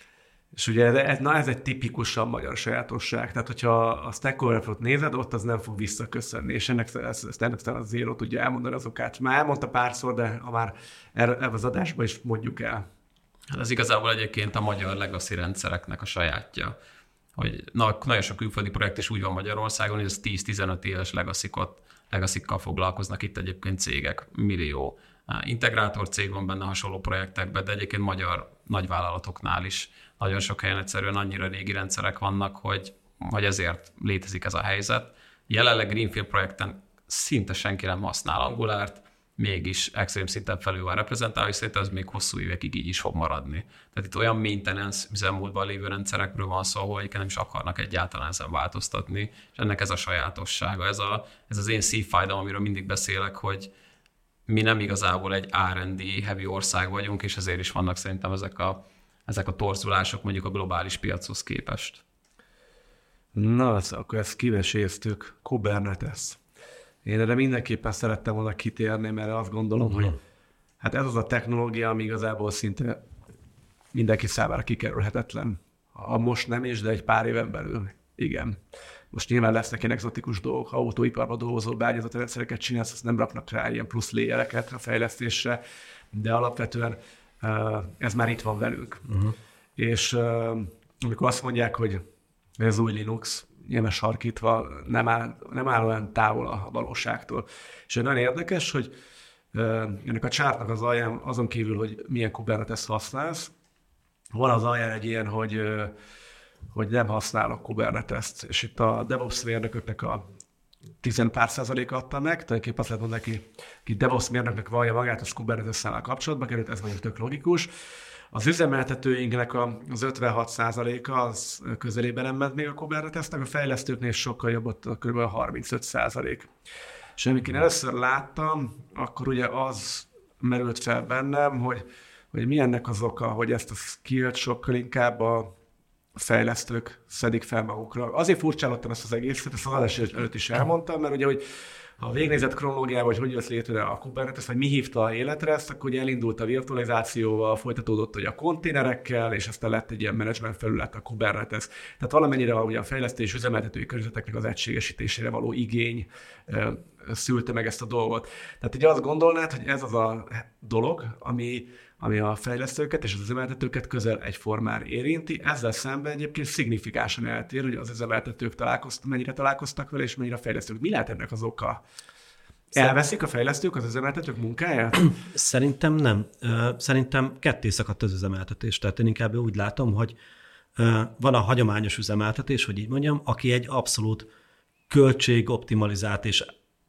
És ugye ez, na ez egy tipikusan magyar sajátosság. Tehát, hogyha a Stack Overflow-t nézed, ott az nem fog visszaköszönni, és ennek, ezt, ezt ennek az Zero tudja elmondani az okát. Már elmondta párszor, de ha már erre az adásban is mondjuk el. Hát ez igazából egyébként a magyar legacy rendszereknek a sajátja. Hogy na, nagyon sok külföldi projekt is úgy van Magyarországon, hogy ez tíz-tizenöt éves legacy-kot, legacy-kkal foglalkoznak itt egyébként cégek, millió. Integrátor cég van benne hasonló projektekben, de egyébként magyar nagyvállalatoknál is nagyon sok helyen egyszerűen annyira régi rendszerek vannak, hogy, hogy ezért létezik ez a helyzet. Jelenleg Greenfield projekten szinte senki nem használ Angulárt, mégis extrém szinten felül van reprezentálva, és szerintem ez még hosszú évekig így is fog maradni. Tehát itt olyan maintenance üzemmódban lévő rendszerekről van szó, ahol nem is akarnak egyáltalán ezen változtatni, és ennek ez a sajátossága. Ez, a, ez az én szívfájdalom, amiről mindig beszélek, hogy mi nem igazából egy er and dé heavy ország vagyunk, és ezért is vannak szerintem ezek a, ezek a torzulások mondjuk a globális piachoz képest. Na, az, akkor ezt kiveséztük. Kubernetes. Én erre mindenképpen szerettem volna kitérni, mert azt gondolom, uh-huh. hogy hát ez az a technológia, ami igazából szinte mindenki számára kikerülhetetlen. Ha most nem is, de egy pár éven belül. Igen. Most nyilván lesznek ilyen exotikus dolgok, ha autóiparban dolgozó bányászati rendszereket csinálsz, azt nem raknak rá ilyen plusz léjereket a fejlesztésre, de alapvetően ez már itt van velünk. Uh-huh. És amikor azt mondják, hogy ez új Linux, nyilván sarkítva, nem áll, nem áll olyan távol a valóságtól. És nagyon érdekes, hogy ennek a csártnak az alján, azon kívül, hogy milyen Kubernetes használsz, van az alján egy ilyen, hogy, hogy nem használok Kubernetes-t, és itt a DevOps mérnököknek a tizenpár százaléka adta meg, tulajdonképpen azt lehet mondani, aki, aki DevOps mérnöknek vallja magát, az Kubernetes-szel kapcsolatba került, ez mondjuk tök logikus. Az üzemeltetőinknek az ötvenhat százaléka az közelében nem ment még a Kubernetes-nek, a fejlesztőknél sokkal jobb, ott kb. harmincöt százalék. És amikor én először láttam, akkor ugye az merült fel bennem, hogy, hogy mi ennek az oka, hogy ezt a skillt sokkal inkább a fejlesztők szedik fel magukra. Azért furcsálottam ezt az egészet, ezt az adás előtt is elmondtam, mert ugye, hogy ha végnézett kronológiával, hogy hogy jött létre a Kubernetes, vagy mi hívta a életre ezt, akkor ugye elindult a virtualizációval, folytatódott ugye a konténerekkel, és aztán lett egy ilyen menedzsment felület a Kubernetes. Tehát valamennyire ugye a fejlesztés üzemeltetői környezeteknek az egységesítésére való igény e, szülte meg ezt a dolgot. Tehát ugye azt gondolnád, hogy ez az a dolog, ami, ami a fejlesztőket és az üzemeltetőket közel egyformán érinti. Ezzel szemben egyébként szignifikánsan eltér, hogy az üzemeltetők találkoztak, mennyire találkoztak vele, és mennyire a fejlesztők. Mi lehet ennek az oka? Elveszik a fejlesztők az üzemeltetők munkáját? Szerintem nem. Szerintem ketté szakadt az üzemeltetés. Tehát én inkább úgy látom, hogy van a hagyományos üzemeltetés, hogy így mondjam, aki egy abszolút költségoptimalizált és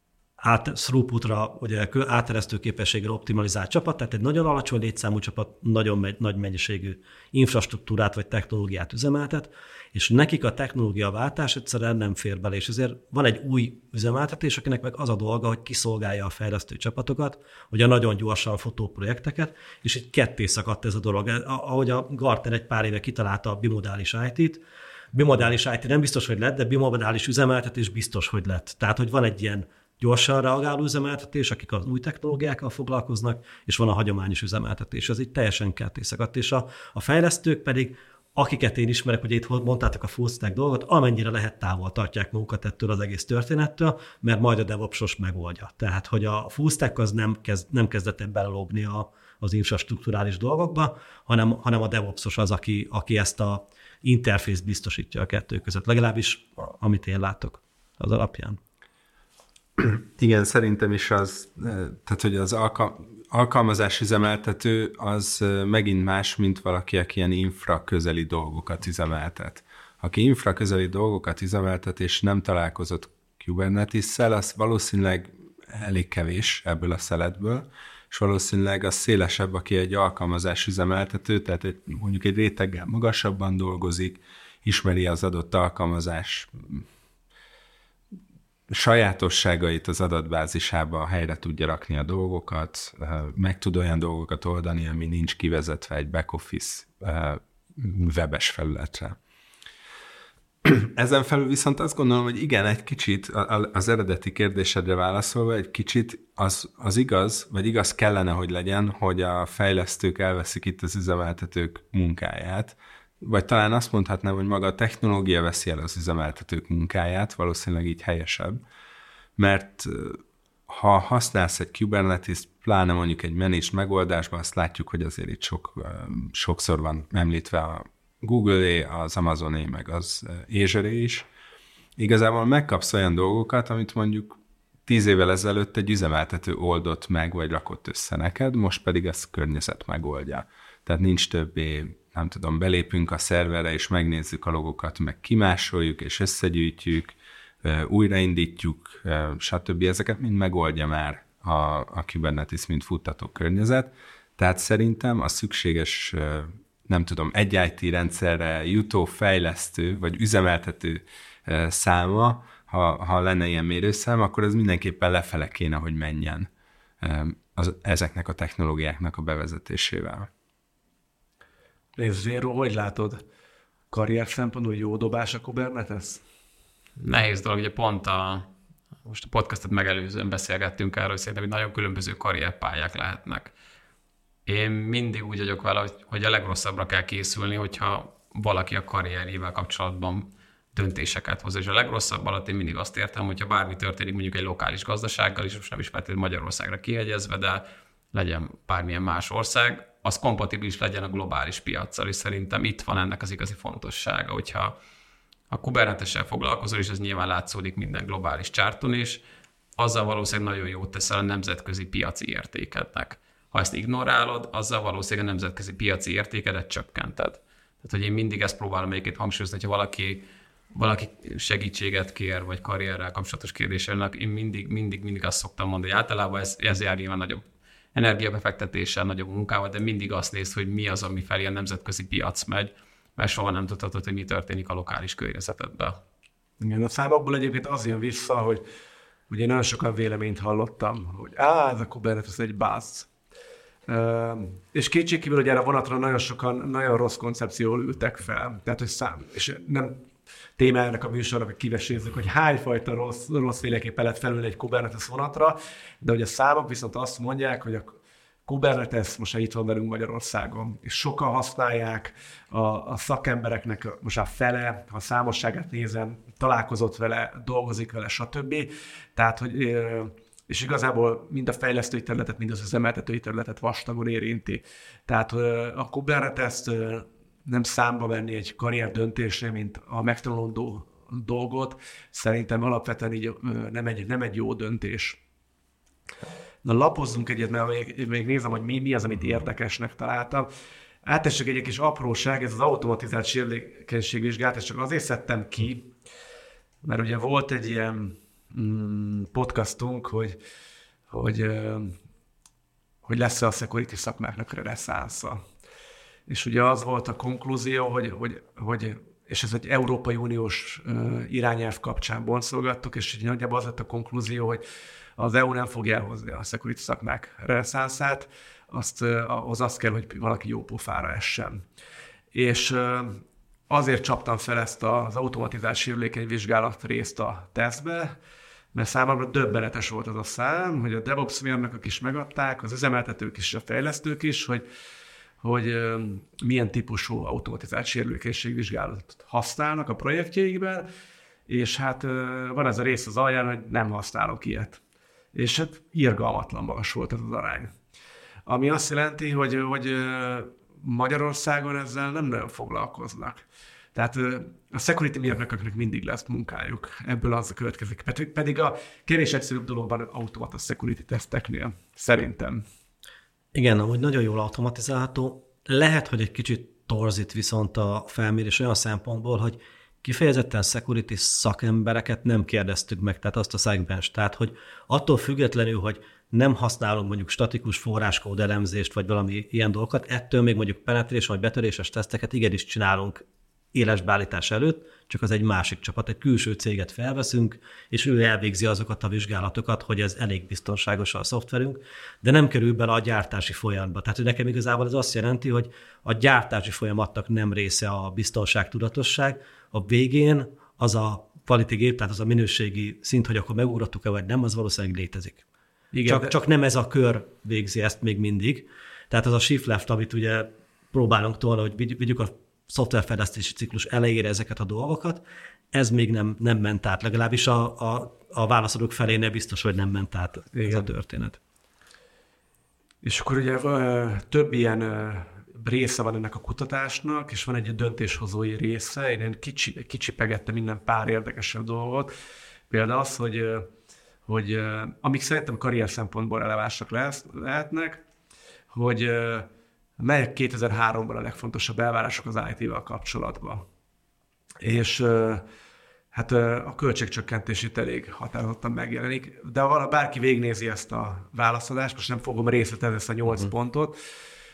át, throughputra, ugye áteresztő képességre optimalizált csapat, tehát egy nagyon alacsony létszámú csapat nagyon megy, nagy mennyiségű infrastruktúrát vagy technológiát üzemeltet, és nekik a technológiaváltás egyszerűen nem fér bele, és ezért van egy új üzemeltetés, akinek meg az a dolga, hogy kiszolgálja a fejlesztő csapatokat, hogy a nagyon gyorsan futó projekteket, és egy ketté szakadt ez a dolog. Ahogy a Gartner egy pár éve kitalálta a bimodális í té-t, bimodális í té nem biztos, hogy lett, de bimodális üzemeltetés biztos, hogy lett. Tehát, hogy van egy ilyen gyorsan reagáló üzemeltetés, akik az új technológiákkal foglalkoznak, és van a hagyományos üzemeltetés. Ez így teljesen ketté szakadt. És a, a fejlesztők pedig, akiket én ismerek, hogy itt mondtátok a full stack dolgot, amennyire lehet távol tartják magukat ettől az egész történettől, mert majd a DevOps-os megoldja. Tehát, hogy a full stack az nem, kezd, nem kezdett belelógni a, az infrastrukturális dolgokba, hanem, hanem a DevOps-os az, aki, aki ezt a interfészt biztosítja a kettő között. Legalábbis, amit én látok az alapján. Igen, szerintem is az, tehát hogy az alka, alkalmazás üzemeltető az megint más, mint valaki, aki ilyen infra közeli dolgokat üzemeltet. Aki infra közeli dolgokat üzemeltet, és nem találkozott Kubernetes-szel, az valószínűleg elég kevés ebből a szeletből, és valószínűleg az szélesebb, aki egy alkalmazás üzemeltető, tehát egy, mondjuk egy réteggel magasabban dolgozik, ismeri az adott alkalmazás sajátosságait az adatbázisába helyre tudja rakni a dolgokat, meg tud olyan dolgokat oldani, ami nincs kivezetve egy back-office webes felületre. Ezen felül viszont azt gondolom, hogy igen, egy kicsit az eredeti kérdésedre válaszolva, egy kicsit az, az igaz, vagy igaz kellene, hogy legyen, hogy a fejlesztők elveszik itt az üzemeltetők munkáját, vagy talán azt mondhatnám, hogy maga a technológia veszi el az üzemeltetők munkáját, valószínűleg így helyesebb, mert ha használsz egy Kubernetes-t, pláne mondjuk egy managed megoldásban, azt látjuk, hogy azért itt sok, sokszor van említve a Google-é, az Amazon-é, meg az Azure-é is. Igazából megkapsz olyan dolgokat, amit mondjuk tíz évvel ezelőtt egy üzemeltető oldott meg, vagy rakott össze neked, most pedig ezt környezet megoldja. Tehát nincs többé, nem tudom, belépünk a szerverre, és megnézzük a logokat, meg kimásoljuk, és összegyűjtjük, újraindítjuk, stb. Ezeket mind megoldja már a, a Kubernetes, mint futtató környezet. Tehát szerintem a szükséges, nem tudom, egy í té rendszerre jutó fejlesztő, vagy üzemeltető száma, ha, ha lenne ilyen mérőszám, akkor ez mindenképpen lefele kéne, hogy menjen. az, ezeknek a technológiáknak a bevezetésével. Nézd, Zéro, hogy látod? Karrier szempontból jó dobás a Kubernetes? Nehéz dolog, ugye pont a, most a podcastot megelőzően beszélgettünk erről, hogy szerintem, hogy nagyon különböző karrierpályák lehetnek. Én mindig úgy vagyok vele, hogy, hogy a legrosszabbra kell készülni, hogyha valaki a karrierjével kapcsolatban döntéseket hoz. És a legrosszabb alatt én mindig azt értem, hogyha bármi történik mondjuk egy lokális gazdasággal, és most nem is feltétlenül Magyarországra kiegyezve, de legyen bármilyen más ország, az kompatibilis legyen a globális piaccal, és szerintem itt van ennek az igazi fontossága, hogyha a Kubernetes-sel foglalkozol, és ez nyilván látszódik minden globális csárton is, azzal valószínűleg nagyon jót teszel a nemzetközi piaci értékednek. Ha ezt ignorálod, azzal valószínűleg a nemzetközi piaci értékedet csökkented. Tehát, hogy én mindig ezt próbálom egyébként hangsúlyozni, hogyha valaki, valaki segítséget kér, vagy karrierrel kapcsolatos kérdéselnek, én mindig, mindig, mindig azt szoktam mondani, hogy általában ez, ez jár nyilván nagyobb energiabefektetéssel, nagyobb munkával, de mindig azt néz, hogy mi az, ami felé a nemzetközi piac megy, mert soha nem tudhatod, hogy mi történik a lokális környezetedben. Igen, a számokból egyébként az jön vissza, hogy ugye nagyon sokan véleményt hallottam, hogy á, ez a Kubernetes egy buzz. Uh, és kétségkívül, hogy erre a vonatra nagyon sokan nagyon rossz koncepcióval ültek fel. Tehát, hogy szám, és nem téma ennek a műsornak, hogy kivesézzük, hogy hányfajta rossz, rossz féleképpen lehet felülni egy Kubernetes vonatra, de hogy a számok viszont azt mondják, hogy a Kubernetes most itt van velünk Magyarországon, és sokan használják, a, a szakembereknek most a fele, ha a számosságát nézem, találkozott vele, dolgozik vele, stb. Tehát, hogy és igazából mind a fejlesztői területet, mind az üzemeltetői területet vastagon érinti. Tehát a Kubernetes-t nem számba venni egy karrier döntésre, mint a megtanulandó dolgot, szerintem alapvetően így nem egy, nem egy jó döntés. Na, lapozzunk egyet, mert még, még nézem, hogy mi, mi az, amit érdekesnek találtam. Átessek egy kis apróság, ez az automatizált sérülékenységvizsgálat, ezt csak azért szedtem ki, mert ugye volt egy ilyen mm, podcastunk, hogy, hogy, hogy lesz-e a security szakmáknak reneszánsza. És ugye az volt a konklúzió, hogy, hogy, hogy és ez egy Európai Uniós irányelv kapcsán boncolgattuk, és nagyjából az lett a konklúzió, hogy az é u nem fogja elhozni a security szakmák reneszánszát, azt, ahhoz az kell, hogy valaki jó pofára essen. És azért csaptam fel ezt az automatizált sérülékenyvizsgálat részt a tesztbe, mert számomra döbbenetes volt az a szám, hogy a DevOps mérnökök is megadták, az üzemeltetők is, a fejlesztők is, hogy, hogy milyen típusú automatizált sérülékenységvizsgálatot használnak a projektjeikben, és hát van ez a rész az alján, hogy nem használok ilyet. És hát irgalmatlan magas volt ez az arány. Ami azt jelenti, hogy, hogy Magyarországon ezzel nem nagyon foglalkoznak. Tehát a security mérnököknek mindig lesz munkájuk. Ebből az a következik. Pedig a kevés egyszerűbb dologban automata security teszteknél, szerintem. Igen, amúgy nagyon jól automatizálható. Lehet, hogy egy kicsit torzít viszont a felmérés olyan szempontból, hogy kifejezetten security szakembereket nem kérdeztük meg, tehát azt a szegmens. Tehát, hogy attól függetlenül, hogy nem használunk mondjuk statikus forráskód elemzést, vagy valami ilyen dolgokat, ettől még mondjuk penetration vagy betöréses teszteket igenis csinálunk élesbeállítás előtt, csak az egy másik csapat, egy külső céget felveszünk, és ő elvégzi azokat a vizsgálatokat, hogy ez elég biztonságos a szoftverünk, de nem kerül bele a gyártási folyamatba. Tehát nekem igazából ez azt jelenti, hogy a gyártási folyamatnak nem része a biztonságtudatosság, a végén az a quality gap, tehát az a minőségi szint, hogy akkor megugrottuk-e vagy nem, az valószínűleg létezik. Igen, csak, de... csak nem ez a kör végzi ezt még mindig. Tehát az a shift left, amit ugye próbálunk tolni, hogy vigyük a szoftverfejlesztési ciklus elejére ezeket a dolgokat, ez még nem, nem ment át. Legalábbis a, a, a válaszadók felénél biztos, hogy nem ment át igen. Ez a történet. És akkor ugye több ilyen része van ennek a kutatásnak, és van egy döntéshozói része. Én kicsi, kicsipegettem minden pár érdekesebb dolgot. Például az, hogy, hogy amik szerintem karrier szempontból relevánsak lehetnek, hogy melyek kétezer-háromban a legfontosabb elvárások az í té-vel kapcsolatban. És hát a költségcsökkentés itt elég határozottan megjelenik, de ha bárki végignézi ezt a válaszadást, most nem fogom részletezni ezt a nyolc uh-huh. pontot,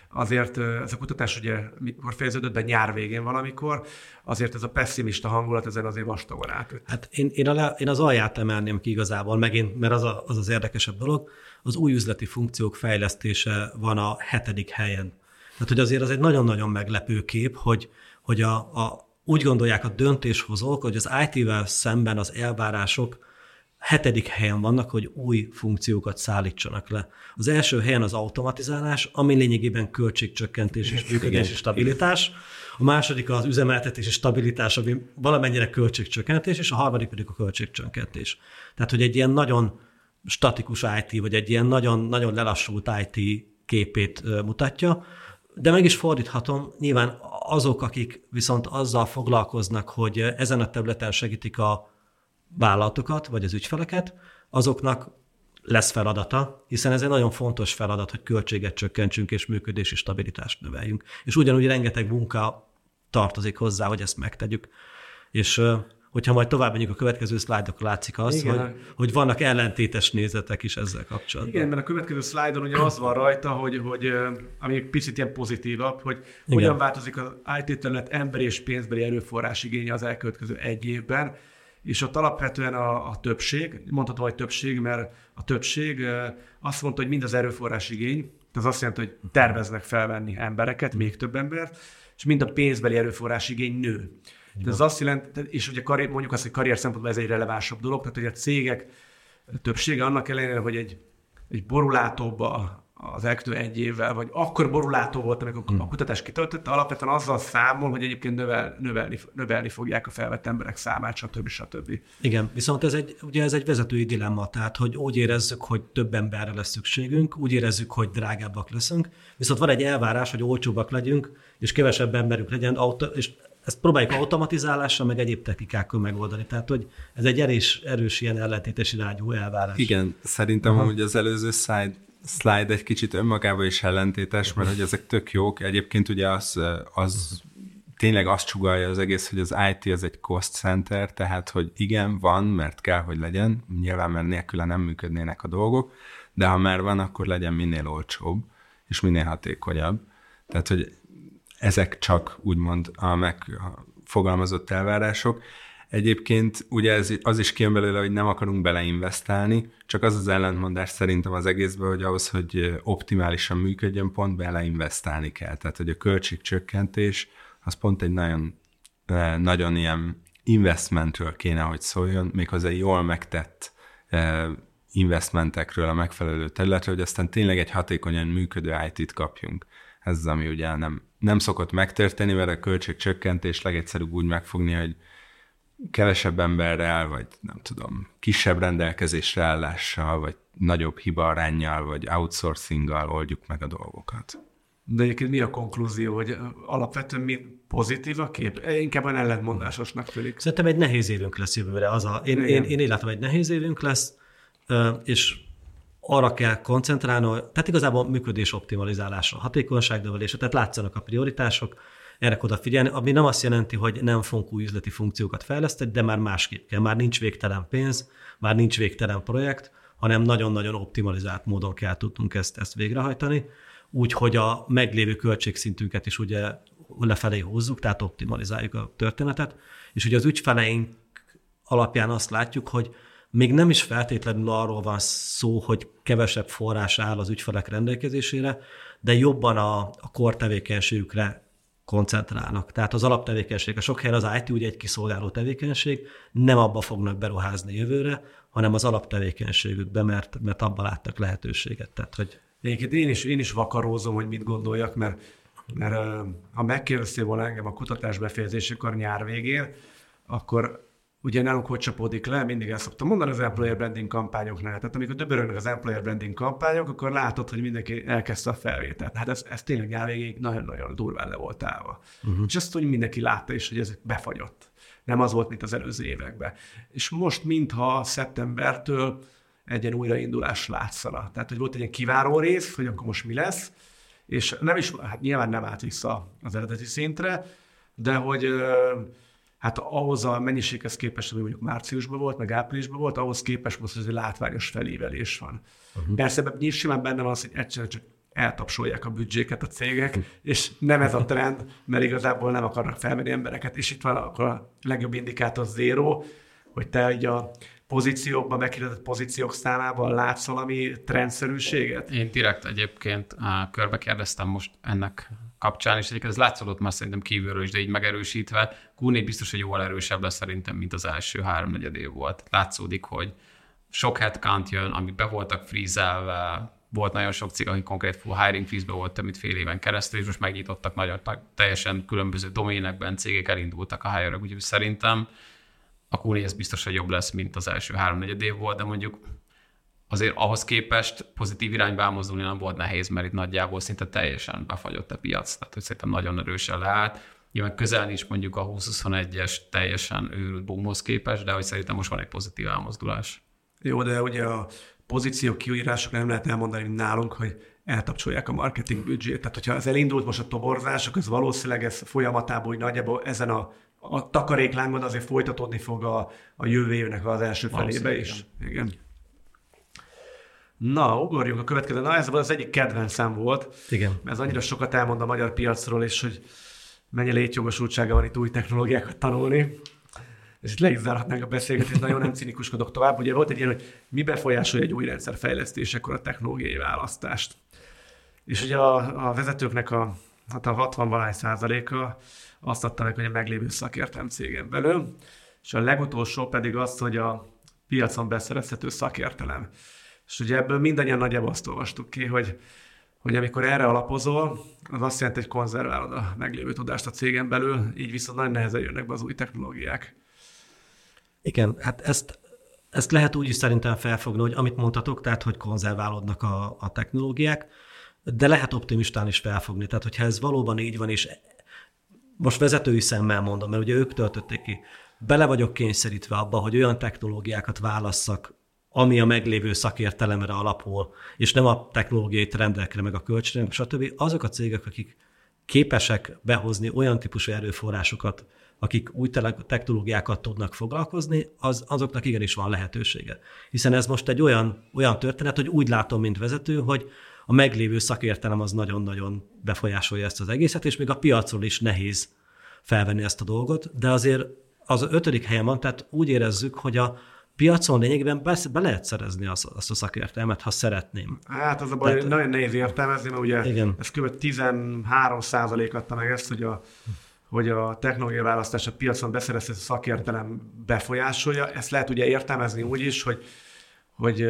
azért ez a kutatás ugye mikor fejeződött be, nyár végén valamikor, azért ez a pessimista hangulat ezen azért vastagon átött. Hát én, én, a, én az alját emelném ki igazából megint, mert az, a, az az érdekesebb dolog, az új üzleti funkciók fejlesztése van a hetedik helyen. Tehát, hogy azért az egy nagyon-nagyon meglepő kép, hogy, hogy a, a, úgy gondolják a döntéshozók, hogy az í té-vel szemben az elvárások hetedik helyen vannak, hogy új funkciókat szállítsanak le. Az első helyen az automatizálás, ami lényegében költségcsökkentés és működési stabilitás. A második az üzemeltetési stabilitás, ami valamennyire költségcsökkentés, és a harmadik pedig a költségcsökkentés. Tehát, hogy egy ilyen nagyon statikus í té, vagy egy ilyen nagyon, nagyon lelassult í té képét mutatja, de meg is fordíthatom, nyilván azok, akik viszont azzal foglalkoznak, hogy ezen a területen segítik a vállalatokat, vagy az ügyfeleket, azoknak lesz feladata, hiszen ez egy nagyon fontos feladat, hogy költséget csökkentsünk és működési stabilitást növeljünk. És ugyanúgy rengeteg munka tartozik hozzá, hogy ezt megtegyük. És hogyha majd tovább megyünk a következő szlájdokra, látszik az, hogy, hogy vannak ellentétes nézetek is ezzel kapcsolatban. Igen, mert a következő szlájdon ugye az van rajta, hogy, hogy ami egy picit ilyen pozitívabb, hogy igen, hogyan változik az í té terület emberi és pénzbeli erőforrás igénye az elkövetkező egy évben, és ott alapvetően a, a többség, mondhatom, hogy többség, mert a többség azt mondta, hogy mind az erőforrás igény, tehát az azt jelenti, hogy terveznek felvenni embereket, még több embert, és mind a pénzbeli erőforrás igény nő. Tehát ez azt jelenti, és ugye karrier, mondjuk azt, hogy karrier szempontból ez egy relevánsabb dolog, tehát hogy a cégek többsége annak ellenére, hogy egy, egy borulátóbb az elkövetkező egy évvel, vagy akkor borulátó volt, amikor hmm. a kutatás kitöltötte, alapvetően azzal számol, hogy egyébként növel, növelni, növelni fogják a felvett emberek számát, stb. stb. Igen, viszont ez egy, ugye ez egy vezetői dilemma, tehát hogy úgy érezzük, hogy több emberre lesz szükségünk, úgy érezzük, hogy drágábbak leszünk, viszont van egy elvárás, hogy olcsóbbak legyünk, és kevesebb emberük legyen, és ezt próbáljuk automatizálással, meg egyéb technikákkal megoldani. Tehát, hogy ez egy erős, erős ilyen ellentétes irányú elvárás. Igen, szerintem hogy az előző slide, slide egy kicsit önmagában is ellentétes, mert hogy ezek tök jók. Egyébként ugye az, az tényleg azt sugallja az egész, hogy az í té az egy cost center, tehát, hogy igen, van, mert kell, hogy legyen. Nyilván, mert nélküle nem működnének a dolgok, de ha már van, akkor legyen minél olcsóbb, és minél hatékonyabb. Tehát, hogy ezek csak úgymond a megfogalmazott elvárások. Egyébként ugye ez, az is kijön belőle, hogy nem akarunk beleinvestálni, csak az az ellentmondás szerintem az egészben, hogy ahhoz, hogy optimálisan működjön, pont beleinvestálni kell. Tehát, hogy a költségcsökkentés az pont egy nagyon, nagyon ilyen investmentről kéne, hogy szóljon, méghozzá jól megtett investmentekről a megfelelő területről, hogy aztán tényleg egy hatékonyan működő í té-t kapjunk. Ez az, ami ugye nem, nem szokott megtörténni, mert a költségcsökkentés legegyszerűbb úgy megfogni, hogy kevesebb emberrel, vagy nem tudom, kisebb rendelkezésre állással, vagy nagyobb hibaaránnyal, vagy outsourcinggal oldjuk meg a dolgokat. De egyébként mi a konklúzió, hogy alapvetően mi pozitív a kép? Inkább olyan ellentmondásosnak tűnik. Szerintem egy nehéz évünk lesz jövőre. Az a, én, én, én így látom, egy nehéz évünk lesz, és arra kell koncentrálni, tehát igazából működés optimalizálása, hatékonyságnövelése, tehát látszanak a prioritások, erre odafigyelni, ami nem azt jelenti, hogy nem fogunk új üzleti funkciókat fejleszteni, de már másképp kell. Már nincs végtelen pénz, már nincs végtelen projekt, hanem nagyon-nagyon optimalizált módon kell tudnunk ezt, ezt végrehajtani, úgyhogy a meglévő költségszintünket is ugye lefelé húzzuk, tehát optimalizáljuk a történetet, és ugye az ügyfeleink alapján azt látjuk, hogy még nem is feltétlenül arról van szó, hogy kevesebb forrás áll az ügyfelek rendelkezésére, de jobban a, a core tevékenységükre koncentrálnak. Tehát az alaptevékenység, a sok helyen az í té ugye egy kiszolgáló tevékenység, nem abba fognak beruházni jövőre, hanem az alaptevékenységükbe, mert, mert abban láttak lehetőséget. Tehát, hogy... Én is, én is vakarózom, hogy mit gondoljak, mert, mert ha megkérdeztél volna engem a kutatás befejezésekor nyár végén, akkor ugye nálunk hogy csapódik le, mindig el szoktam mondani az employer branding kampányoknál. Tehát amikor döbörögnek az employer branding kampányok, akkor látod, hogy mindenki elkezdte a felvételt. Hát ez, ez tényleg nyár végéig nagyon-nagyon durván le volt állva. Uh-huh. És azt, hogy mindenki látta is, hogy ez befagyott. Nem az volt, mint az előző években. És most mintha szeptembertől egy ilyen újraindulás látszana. Tehát, hogy volt egy ilyen kiváró rész, hogy akkor most mi lesz, és nem is, hát nyilván nem állt vissza az eredeti szintre, de hogy hát ahhoz a mennyiséghez képest, ami mondjuk márciusban volt, meg áprilisban volt, ahhoz képest most ez egy látványos felívelés van. Uh-huh. Persze ebben simán benne van az, hogy egyszerűen csak eltapsolják a büdzséket a cégek, és nem ez a trend, mert igazából nem akarnak felvenni embereket, és itt van akkor a legjobb indikátor zero, hogy te így a pozíciókban, meghirdetett pozíciók számában látsz valami trendszerűséget? Én direkt egyébként körbe kérdeztem most ennek kapcsán, és egyébként ez látszódott már szerintem kívülről is, de így megerősítve, kú négy biztos, hogy jóval erősebb lesz szerintem, mint az első háromnegyed év volt. Látszódik, hogy sok headcount jön, amik be voltak frízelve, volt nagyon sok cég, aki konkrét full hiring freeze-be volt több mint fél éven keresztül, és most megnyitottak nagyon teljesen különböző doménekben, cégek elindultak a hire-ök, úgyhogy szerintem a kú négy ez biztos, hogy jobb lesz, mint az első háromnegyed év volt, de mondjuk azért ahhoz képest pozitív irányba elmozdulni nem volt nehéz, mert itt nagyjából szinte teljesen befagyott a piac, tehát hogy szerintem nagyon erősen leállt. Nyilván közel nincs mondjuk a húsz huszonegyes teljesen őrült boomhoz képest, de hogy szerintem most van egy pozitív elmozdulás. Jó, de ugye a pozíciók kiírások nem lehet elmondani, mint nálunk, hogy eltapcsolják a marketing büdzsét. Tehát, hogyha ez elindult most a toborzások, az valószínűleg ez folyamatában, hogy nagyjából ezen a, a takaréklángon azért folytatódni fog a, a jövő évnek az első felébe is. Igen. Igen. Na, ugorjunk a következő. Na, ez az egyik kedvencem volt. Igen. Ez annyira sokat elmond a magyar piacról, és hogy mennyi létjogosultsága van itt új technológiákat tanulni. És itt le is zárhatnánk a beszélgetést, nagyon nem cinikuskodok tovább. Ugye volt egy ilyen, hogy mi befolyásolja egy új rendszer fejlesztésekor a technológiai választást. És ugye a, a vezetőknek a, hát a hatvan-valahány százaléka azt adta meg, hogy a meglévő szakértelem cégen belül, és a legutolsó pedig az, hogy a piacon beszerezhető szakértelem. És ugye ebből mindannyian nagyjából azt olvastuk ki, hogy, hogy amikor erre alapozol, az azt jelenti, hogy konzerválod a meglévő tudást a cégen belül, így viszont nagyon nehezen jönnek be az új technológiák. Igen, hát ezt, ezt lehet úgy is szerintem felfogni, hogy amit mondtatok, tehát hogy konzerválódnak a, a technológiák, de lehet optimistán is felfogni. Tehát hogyha ez valóban így van, és most vezetői szemmel mondom, mert ugye ők töltötték ki, bele vagyok kényszerítve abba, hogy olyan technológiákat válasszak, ami a meglévő szakértelemre alapul, és nem a technológiai trendekre, meg a kölcsönök, stb. Azok a cégek, akik képesek behozni olyan típusú erőforrásokat, akik új technológiákat tudnak foglalkozni, az, azoknak igenis van lehetősége. Hiszen ez most egy olyan, olyan történet, hogy úgy látom, mint vezető, hogy a meglévő szakértelem az nagyon-nagyon befolyásolja ezt az egészet, és még a piacról is nehéz felvenni ezt a dolgot, de azért az ötödik helyen van, tehát úgy érezzük, hogy a piacon lényegében be, be lehet szerezni azt, azt a szakértelmet, ha szeretném. Hát az a baj, tehát, nagyon nehéz értelmezni, mert ugye igen. Ez kb. tizenhárom százalék adta meg ezt, hogy a, hogy a technológiai választás a piacon beszerezhető szakértelem befolyásolja. Ezt lehet ugye értelmezni úgy is, hogy, hogy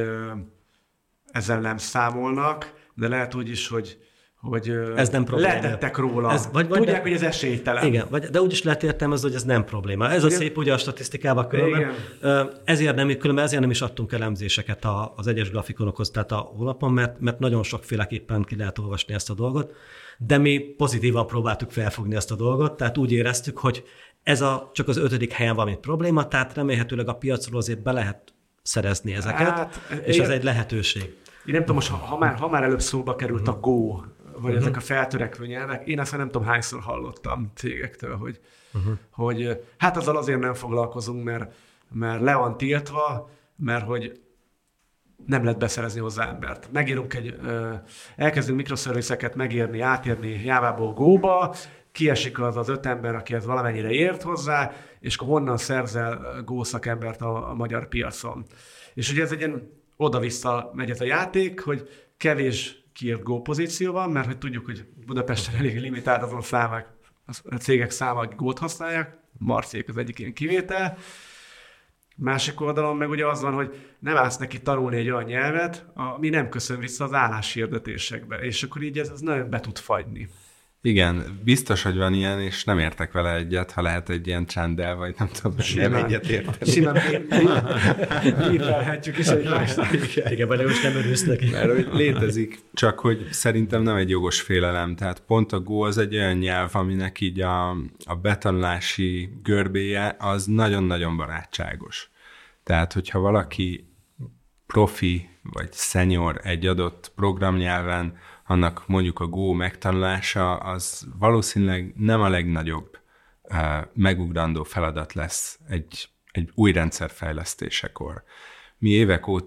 ezzel nem számolnak, de lehet úgy is, hogy hogy ez nem probléma. Letettek róla. Ez, vagy, vagy Tudják, de, hogy ez esélytelen. Igen, vagy, de úgy is lehet értelmezni, hogy ez nem probléma. Ez igen. A szép ugye a statisztikában különben. Ezért nem, különben ezért nem is adtunk elemzéseket az egyes grafikonokhoz, tehát a honlapon, mert, mert nagyon sokféleképpen ki lehet olvasni ezt a dolgot, de mi pozitívan próbáltuk felfogni ezt a dolgot, tehát úgy éreztük, hogy ez a, csak az ötödik helyen van egy probléma, tehát remélhetőleg a piacról azért be lehet szerezni ezeket, hát, és ez egy lehetőség. Én nem tudom, most ha, ha, már, ha már előbb szóba került a Go, vagy uh-huh. ezek a feltörekvő nyelvek, én azt nem tudom hányszor hallottam cégektől, hogy, uh-huh. hogy hát azzal azért nem foglalkozunk, mert, mert le van tiltva, mert hogy nem lehet beszerezni hozzá embert. Megírunk egy, elkezdünk mikroszerviszeket megírni, átírni Jávából Go-ba, kiesik az az öt ember, aki ez valamennyire ért hozzá, és akkor honnan szerzel Go szakembert a, a magyar piacon. És ugye ez egy ilyen oda-vissza megy ez a játék, hogy kevés kiírt Go pozíció van, mert hogy tudjuk, hogy Budapesten elég limitált azon számák, a cégek száma, akik Go-t használják, Marcék az egyik ilyen kivétel. Másik oldalon meg ugye az van, hogy nem állsz neki tanulni egy olyan nyelvet, ami nem köszön vissza az álláshirdetésekbe, és akkor így ez, ez nagyon be tud fagyni. Igen, biztos, hogy van ilyen, és nem értek vele egyet, ha lehet egy ilyen csenddel, vagy nem tudom, simán, nem egyet érteni. Simán híválhatjuk is egymásnak. Igen, vagy most nem örülsz neki. Mert hogy létezik, csak hogy szerintem nem egy jogos félelem. Tehát pont a Go az egy olyan nyelv, aminek így a, a betanulási görbéje az nagyon-nagyon barátságos. Tehát, hogyha valaki profi vagy senior egy adott programnyelven, annak mondjuk a Go megtanulása, az valószínűleg nem a legnagyobb uh, megugrandó feladat lesz egy, egy új rendszer fejlesztésekor. Mi évek óta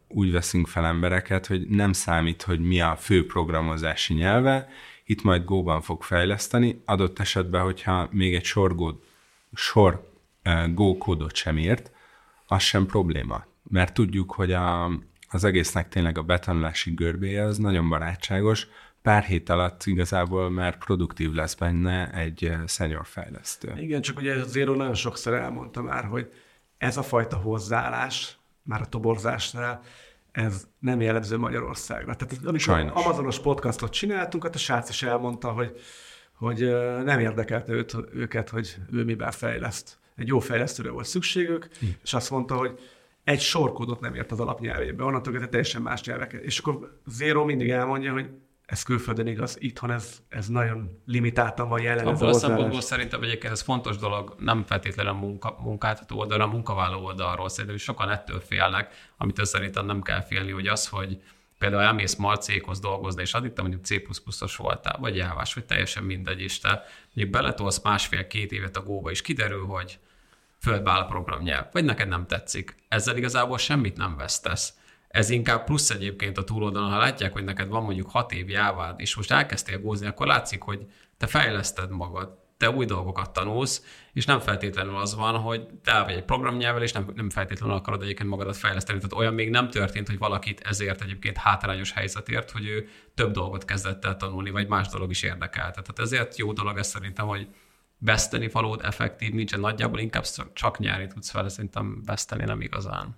úgy veszünk fel embereket, hogy nem számít, hogy mi a fő programozási nyelve, itt majd Go-ban fog fejleszteni, adott esetben, hogyha még egy sor Go, sor, uh, Go kódot sem írt, az sem probléma. Mert tudjuk, hogy a, az egésznek tényleg a betanulási görbéje az nagyon barátságos, pár hét alatt igazából már produktív lesz benne egy senior fejlesztő. Igen, csak ugye Zero nagyon sokszor elmondta már, hogy ez a fajta hozzáállás, már a toborzásnál, ez nem jellemző Magyarországra. Tehát amikor Sajnos. Amazonos podcastot csináltunk, hát a srác is elmondta, hogy, hogy nem érdekelte őt, őket, hogy ő miben fejleszt. Egy jó fejlesztőre volt szükségük, hm. és azt mondta, hogy egy sorkódot nem ért az alapnyelvébe, onnantól kezdve teljesen más nyelveket. És akkor Zero mindig elmondja, hogy ez külföldön igaz, itthon ez, ez nagyon limitáltan van jelen. Abból a szempontból szerintem egyébként ez fontos dolog, nem feltétlenül a munka, munkáltató oldalra, a munkavállaló oldalról. Szerintem sokan ettől félnek, amit szerintem nem kell félni, hogy az, hogy például elmész Marcékhoz dolgozni, és addig te mondjuk cé plusz pluszos voltál, vagy jávás, vagy teljesen mindegy, és te mondjuk beletolsz másfél-két évet a Go-ba, és kiderül, hogy földbe áll a programnyelv, vagy neked nem tetszik. Ezzel igazából semmit nem vesztesz. Ez inkább plusz egyébként a túloldalon, ha látják, hogy neked van mondjuk hat év jávád, és most elkezdtél gózni, akkor látszik, hogy te fejleszted magad, te új dolgokat tanulsz, és nem feltétlenül az van, hogy te vagy egy programnyelvvel, és nem, nem feltétlenül akarod egyébként magadat fejleszteni. Tehát olyan még nem történt, hogy valakit ezért egyébként hátrányos helyzetért, hogy ő több dolgot kezdett el tanulni, vagy más dolog is érdekelte. Tehát ezért jó dolog ez szerintem, hogy veszteni valód effektív nincsen, nagyjából inkább csak nyerni tudsz vele, szerintem veszteni nem igazán.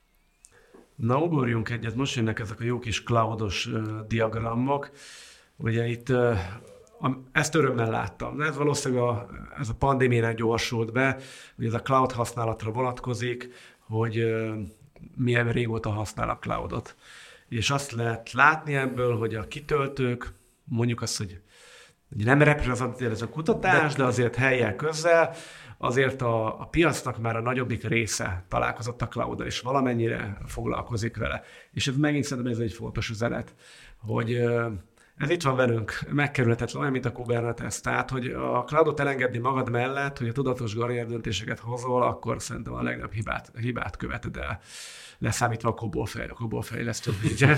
Na, ugorjunk egyet, most jönnek ezek a jó kis cloudos uh, diagramok. Ugye itt uh, ezt örömmel láttam, de ez valószínűleg a, ez a pandémiának gyorsult be, hogy ez a cloud használatra vonatkozik, hogy uh, milyen régóta használ a cloudot. És azt lehet látni ebből, hogy a kitöltők, mondjuk azt, hogy nem reprezentatív ez a kutatás, de azért hellyel közel, azért a, a piacnak már a nagyobbik része találkozott a clouddal, és valamennyire foglalkozik vele. És ez megint szerintem ez egy fontos üzenet, hogy ez itt van velünk, megkerülhetetlen, olyan, mint a Kubernetes. Tehát, hogy a cloudot elengedni magad mellett, hogy a tudatos karrier döntéseket hozol, akkor szerintem a legnagyobb hibát, hibát követed el, leszámítva a kobolfejl, a kobolfejlesztő.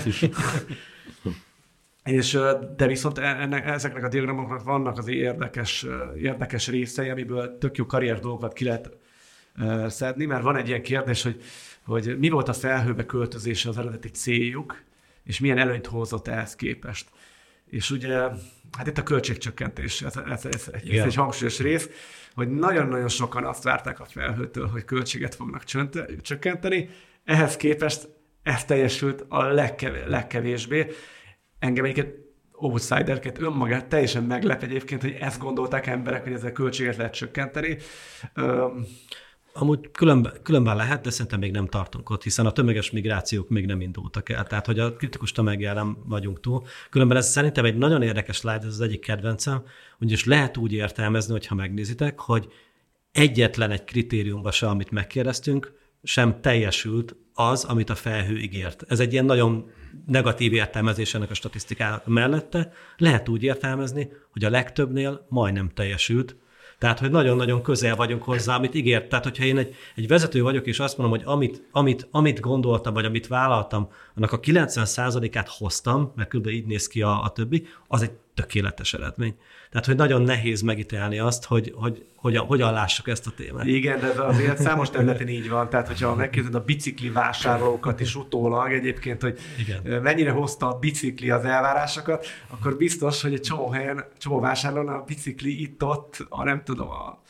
És, de viszont ennek, ezeknek a diagramoknak vannak az érdekes, érdekes részei, amiből tök jó karrier dolgokat ki lehet uh, szedni, mert van egy ilyen kérdés, hogy, hogy mi volt a felhőbe költözése az eredeti céljuk, és milyen előnyt hozott ehhez képest. És ugye, hát itt a költségcsökkentés, ez, ez, ez, ez egy hangsúlyos rész, hogy nagyon-nagyon sokan azt várták a felhőtől, hogy költséget fognak csökkenteni, ehhez képest ez teljesült a legkev- legkevésbé. Engem egyébként outsiderként önmagát teljesen meglep egyébként, hogy ezt gondolták emberek, hogy ezzel költséget lehet csökkenteni. Um, Amúgy különben, különben lehet, de szerintem még nem tartunk ott, hiszen a tömeges migrációk még nem indultak el, tehát hogy a kritikus tömeggel nem vagyunk túl. Különben ez szerintem egy nagyon érdekes slide, ez az egyik kedvencem, ugyanis lehet úgy értelmezni, hogyha megnézitek, hogy egyetlen egy kritériumban se, amit megkérdeztünk, sem teljesült az, amit a felhő ígért. Ez egy ilyen nagyon negatív értelmezés ennek a statisztikának mellette. Lehet úgy értelmezni, hogy a legtöbbnél majdnem teljesült. Tehát, hogy nagyon-nagyon közel vagyunk hozzá, amit ígért. Tehát, hogyha én egy, egy vezető vagyok, és azt mondom, hogy amit, amit, amit gondoltam, vagy amit vállaltam, annak a kilencven százalékát hoztam, mert kb. Így néz ki a, a többi, az egy tökéletes eredmény. Tehát, hogy nagyon nehéz megítélni azt, hogy, hogy hogyan, hogyan lássuk ezt a témát. Igen, de azért számos területen így van. Tehát, hogyha megkérdezed a bicikli vásárlókat is utólag egyébként, hogy igen, mennyire hozta a bicikli az elvárásokat, akkor biztos, hogy egy csomó helyen, csomó vásárlón a bicikli itt-ott, a nem tudom, a,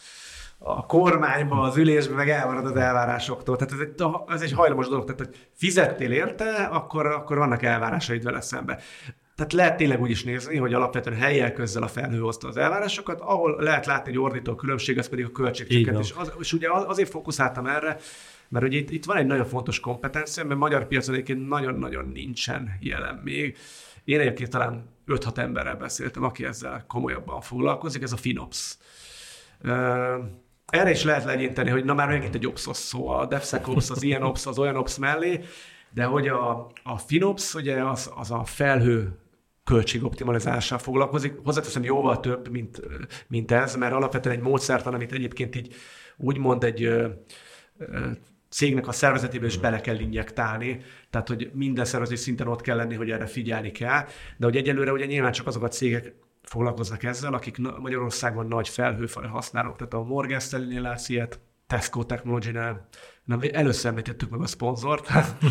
a kormányban, az ülésben meg elmarad az elvárásoktól. Tehát ez egy, ez egy hajlamos dolog. Tehát, hogy fizettél érte, akkor, akkor vannak elvárásaid vele szemben. Tehát lehet tényleg úgy is nézni, hogy alapvetően hellyel közzel a felhő hozta az elvárásokat, ahol lehet látni egy ordító különbség, ez pedig a költségcsökkentés. Az, és ugye azért fókuszáltam erre, mert ugye itt, itt van egy nagyon fontos kompetencia, mert magyar piacon egyébként nagyon-nagyon nincsen jelen még. Én egyébként talán öt-hat emberrel beszéltem, aki ezzel komolyabban foglalkozik, ez a FinOps. Erre is lehet legyinteni, hogy na már megint egy Ops szó, a DevSecOps, az ilyen Ops, az olyan Ops mellé, de hogy a, a FinOps ugye az, az a felhő költségoptimalizással foglalkozik. Hozzáteszem, jóval több, mint, mint ez, mert alapvetően egy módszertan, amit egyébként így úgymond egy ö, ö, cégnek a szervezetébe is bele kell injektálni, tehát hogy minden szervezés szinten ott kell lenni, hogy erre figyelni kell, de hogy egyelőre ugye nyilván csak azok a cégek foglalkoznak ezzel, akik Magyarországon nagy felhőfal használók, tehát a Morgan Stanley-nél látsz ilyet, Tesco Technology-nál, na, először említettük meg a szponzort,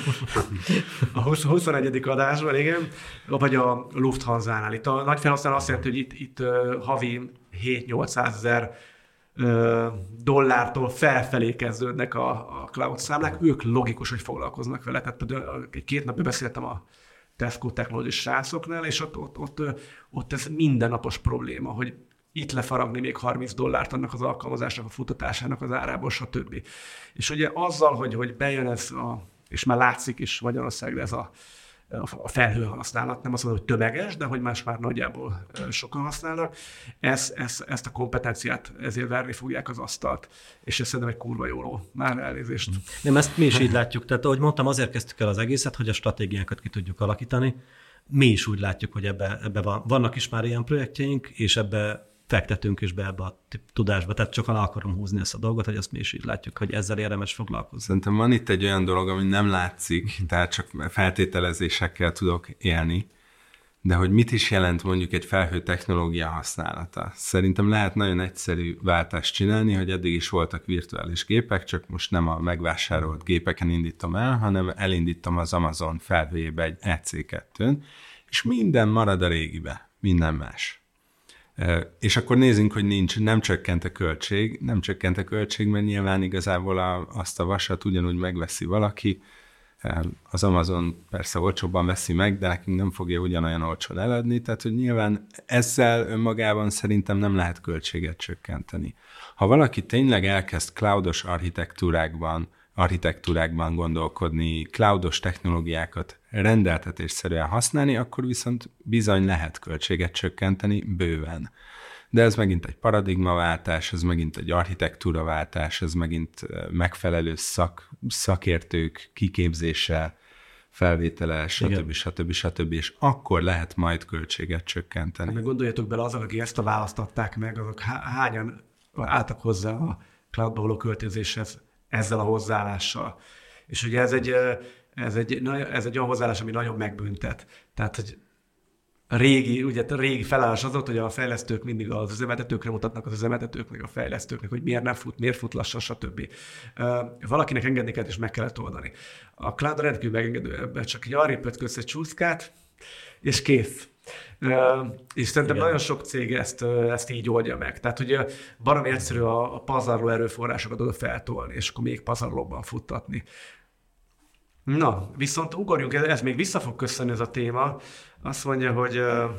a huszonegyedik adásban, igen, vagy a Lufthansa-nál. Itt a nagy felhasználó azt jelenti, hogy itt, itt uh, havi hét-nyolcszázezer uh, dollártól felfelé kezdődnek a, a cloud számlák, ők logikus, hogy foglalkoznak vele. Tehát egy két napja beszéltem a Tesco Technology srácoknál, és ott, ott, ott, ott ez mindennapos probléma, hogy itt lefaragni még harminc dollárt annak az alkalmazásnak, a futtatásának az árából, stb. És ugye azzal, hogy, hogy bejön ez, a, és már látszik is Magyarországra ez a, a felhő használat, nem azt mondom, hogy tömeges, de hogy más már nagyjából sokan használnak, ez, ez, ezt a kompetenciát ezért verni fogják az asztalt. És ez szerintem egy kurva jó, már elnézést. Nem, ezt mi is így látjuk. Tehát, ahogy mondtam, azért kezdtük el az egészet, hogy a stratégiánkat ki tudjuk alakítani. Mi is úgy látjuk, hogy ebbe, ebbe van. Vannak is már ilyen projektjeink, és ebbe fektetünk is be ebbe a tudásba. Tehát sokan akarom húzni ezt a dolgot, hogy azt mi is így látjuk, hogy ezzel érdemes foglalkozni. Szerintem van itt egy olyan dolog, ami nem látszik, tehát csak feltételezésekkel tudok élni, de hogy mit is jelent mondjuk egy felhő technológia használata. Szerintem lehet nagyon egyszerű váltást csinálni, hogy eddig is voltak virtuális gépek, csak most nem a megvásárolt gépeken indítom el, hanem elindítom az Amazon felhőjébe egy E C kettőn, és minden marad a régibe, minden más. És akkor nézzünk, hogy nincs, nem csökkent a költség, nem csökkent a költség, mert nyilván igazából a, azt a vasat ugyanúgy megveszi valaki, az Amazon persze olcsóbban veszi meg, de nekünk nem fogja ugyanolyan olcsón eladni, tehát hogy nyilván ezzel önmagában szerintem nem lehet költséget csökkenteni. Ha valaki tényleg elkezd cloudos architektúrákban, architektúrákban gondolkodni, cloudos technológiákat rendeltetésszerűen használni, akkor viszont bizony lehet költséget csökkenteni bőven. De ez megint egy paradigmaváltás, ez megint egy architektúraváltás, ez megint megfelelő szak, szakértők kiképzése, felvétele, stb. stb. stb. És akkor lehet majd költséget csökkenteni. Meg gondoljatok bele, azok, akik ezt a választották meg, azok hányan álltak hozzá a cloudba való költözéshez ezzel a hozzáállással. És ugye ez egy, ez egy, ez egy olyan hozzáállás, ami nagyon megbüntet. Tehát, hogy a régi, ugye a régi felállás az ott, hogy a fejlesztők mindig az üzemeltetőkre mutatnak, az üzemeltetőknek, a fejlesztőknek, hogy miért nem fut, miért fut lassan, stb. Valakinek engedni kellett, és meg kellett oldani. A cloud rendkívül megengedő ebben, csak egy arrébb pötködsz egy csúszkát, és kész. Uh, és szerintem igen, nagyon sok cég ezt, ezt így oldja meg. Tehát ugye baromi egyszerű a, a pazarló erőforrásokat oda feltolni, és akkor még pazarlóban futtatni. Na, viszont ugorjunk, ez még vissza fog köszönni ez a téma. Azt mondja, hogy, uh,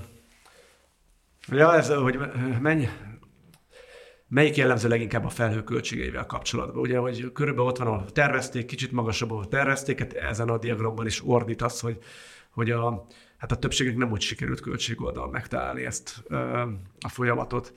ja, ez, hogy menj, melyik jellemző leginkább a felhő költségeivel kapcsolatban? Ugye, hogy körülbelül ott van, ahol tervezték, kicsit magasabb, ahol tervezték, hát ezen a diagramban is ordít az, hogy, hogy a hát a többségnek nem úgy sikerült költségoldalon megtalálni ezt a folyamatot.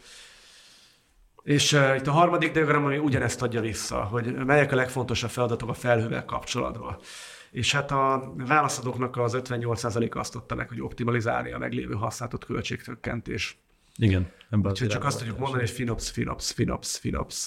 És itt a harmadik diagram, ami ugyanezt adja vissza, hogy melyek a legfontosabb feladatok a felhővel kapcsolatban. És hát a válaszadóknak az ötvennyolc százaléka azt adta meg, hogy optimalizálni a meglévő használatot költségcsökkentés. Igen. Úgyhogy csak azt tudjuk mondani, hogy FinOps, FinOps, FinOps, FinOps.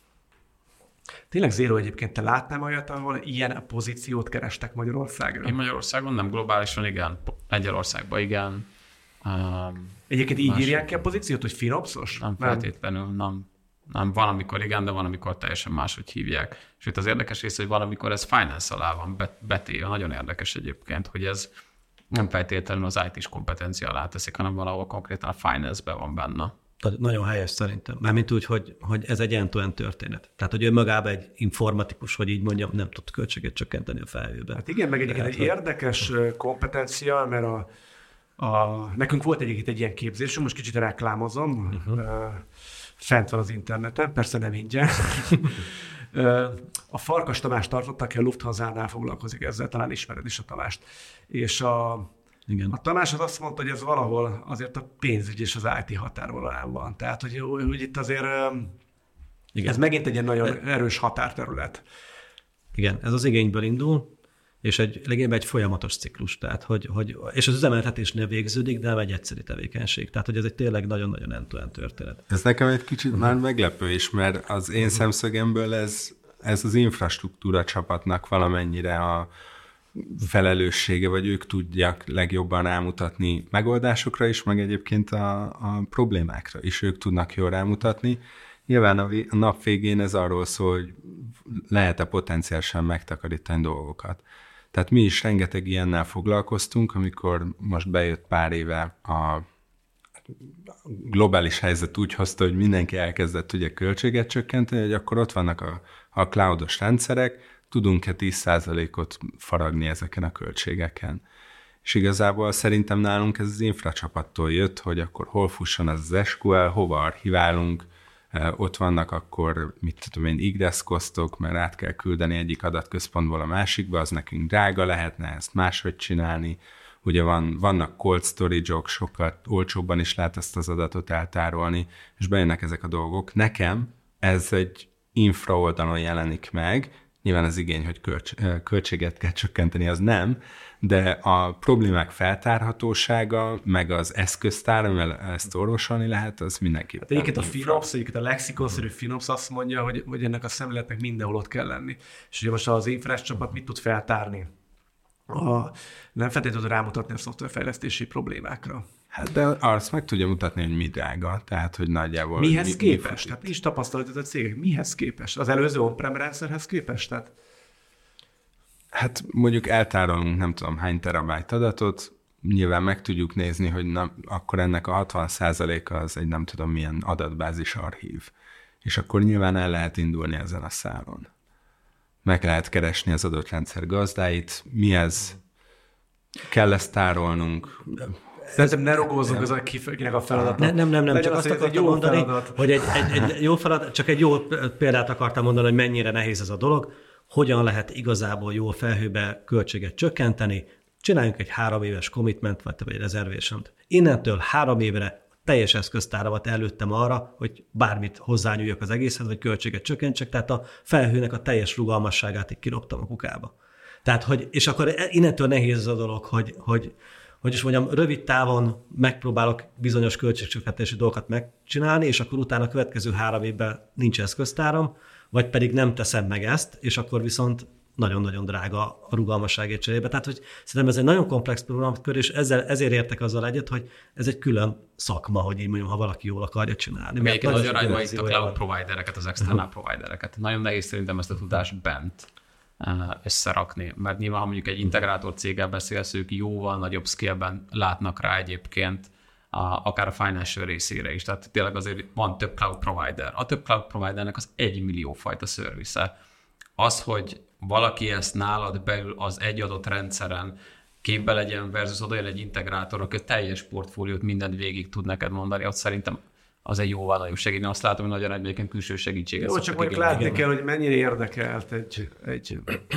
Tényleg Zero, egyébként te láttál olyat, ahol ilyen pozíciót kerestek Magyarországra? Én Magyarországon nem, globálisan igen. Lengyelországban igen. Um, egyébként így írják ki a pozíciót, hogy FinOpsos? Nem feltétlenül, nem. Nem, van, amikor igen, de van, amikor teljesen máshogy hívják. Sőt, az érdekes rész, hogy van, amikor ez finance alá van betéve. Nagyon érdekes egyébként, hogy ez nem feltétlenül az í té-s kompetencia alá teszik, hanem valahol konkrétan a finance-ben van benne. Nagyon helyes szerintem. Mármint úgy, hogy, hogy ez egy end-to-end történet. Tehát, hogy önmagában egy informatikus, hogy így mondjam, nem tud költséget csökkenteni a felhőben. Hát igen, meg egyébként egy hogy... érdekes kompetencia, mert a, a, nekünk volt egyébként egy ilyen képzésünk, most kicsit reklámozom, uh-huh. Fent van az interneten, persze nem ingyen. A Farkas Tamás tartotta, aki a Lufthansa-nál foglalkozik ezzel, talán ismered is a Tamást. És a Igen. A Tamás az azt mondta, hogy ez valahol azért a pénzügy és az í té határvonalán van. Tehát, hogy, hogy itt azért Igen. ez megint egy ilyen nagyon erős határterület. Igen, ez az igényből indul, és egy, legalább egy folyamatos ciklus. Tehát, hogy, hogy, és az üzemeltetésnél végződik, de nem egy egyszerű tevékenység. Tehát, hogy ez egy tényleg nagyon-nagyon end-to-end történet. Ez nekem egy kicsit uh-huh. már meglepő is, mert az én uh-huh. szemszögemből ez ez az infrastruktúra csapatnak valamennyire a felelőssége, vagy ők tudják legjobban rámutatni megoldásokra is, meg egyébként a, a problémákra is ők tudnak jól rámutatni. Nyilván a, vé- a nap végén ez arról szól, hogy lehet-e potenciálisan megtakarítani dolgokat. Tehát mi is rengeteg ilyennel foglalkoztunk, amikor most bejött pár éve a globális helyzet úgy hozta, hogy mindenki elkezdett ugye költséget csökkenteni, hogy akkor ott vannak a, a cloudos rendszerek, tudunk-e tíz százalékot faragni ezeken a költségeken. És igazából szerintem nálunk ez az infracsapattól jött, hogy akkor hol fusson az az es kú el, hova archiválunk, ott vannak akkor, mit tudom én, igresszkoztok, mert át kell küldeni egyik adatközpontból a másikba, az nekünk drága lehetne ezt máshogy csinálni. Ugye van, vannak cold storage-ok, sokkal olcsóbban is lehet ezt az adatot eltárolni, és bejönnek ezek a dolgok. Nekem ez egy infra oldalon jelenik meg, nyilván az igény, hogy költs- költséget kell csökkenteni, az nem, de a problémák feltárhatósága, meg az eszköztár, amivel ezt orvosolni lehet, az mindenképpen. Hát egyébként a FinOps, egyébként a lexikonszerű FinOps azt mondja, hogy, hogy ennek a szemléletnek mindenhol ott kell lenni. És ugye most az infrás csapat mit tud feltárni? A, nem feltétlenül rámutatni a szoftverfejlesztési problémákra. Hát de azt meg tudja mutatni, hogy mi drága, tehát hogy nagyjából... Mihez mi, képest? Mi tehát nincs tapasztalat a cégek. Mihez képest? Az előző on-prem rendszerhez képest? Tehát... Hát mondjuk eltárolunk nem tudom hány terabájt adatot, nyilván meg tudjuk nézni, hogy na, akkor ennek a hatvan százaléka az egy nem tudom milyen adatbázis archív. És akkor nyilván el lehet indulni ezen a szálon. Meg lehet keresni az adott rendszer gazdáit, mihez kell ezt tárolnunk. Szerintem ne rogózzunk az, kinek a feladat. Ne, nem, nem, nem, Legyen csak az, azt hogy ez egy akartam jó mondani, feladat. hogy egy, egy, egy jó feladat, csak egy jó példát akartam mondani, hogy mennyire nehéz ez a dolog, hogyan lehet igazából jó felhőbe költséget csökkenteni, csináljunk egy három éves commitment, vagy egy reservation-t. Innentől három évre teljes eszköztáramat előttem arra, hogy bármit hozzányúljak az egészhez, vagy költséget csökkentsek, tehát a felhőnek a teljes rugalmasságát így kirobtam a kukába. Tehát, hogy, és akkor innentől nehéz ez a dolog, hogy, hogy, hogy is mondjam, rövid távon megpróbálok bizonyos költségcsökkentési dolgokat megcsinálni, és akkor utána a következő három évben nincs eszköztáram, vagy pedig nem teszem meg ezt, és akkor viszont nagyon-nagyon drága a rugalmasságért cserébe. Tehát, hogy szerintem ez egy nagyon komplex programkör, és ezzel, ezért értek azzal egyet, hogy ez egy külön szakma, hogy így mondjam, ha valaki jól akarja csinálni. Még nagy arányban itt a cloud providereket, az external providereket. Nagyon nehéz szerintem ezt a tudást bent összerakni, mert nyilván, ha mondjuk egy integrátor céggel beszélsz, ők jóval nagyobb scale-ben látnak rá egyébként, a, akár a financial részére is. Tehát tényleg azért van több cloud provider. A több cloud providernek az egy millió fajta szervisze. Az, hogy valaki ezt nálad belül az egy adott rendszeren képbe legyen versus oda jön egy integrátor, aki teljes portfóliót mindent végig tud neked mondani, ott szerintem az egy jóval nagyobb segíteni. Azt látom, hogy nagyon egyébként külső segítséget Jó, csak mondjuk látni kell, hogy mennyire érdekelt egy, egy...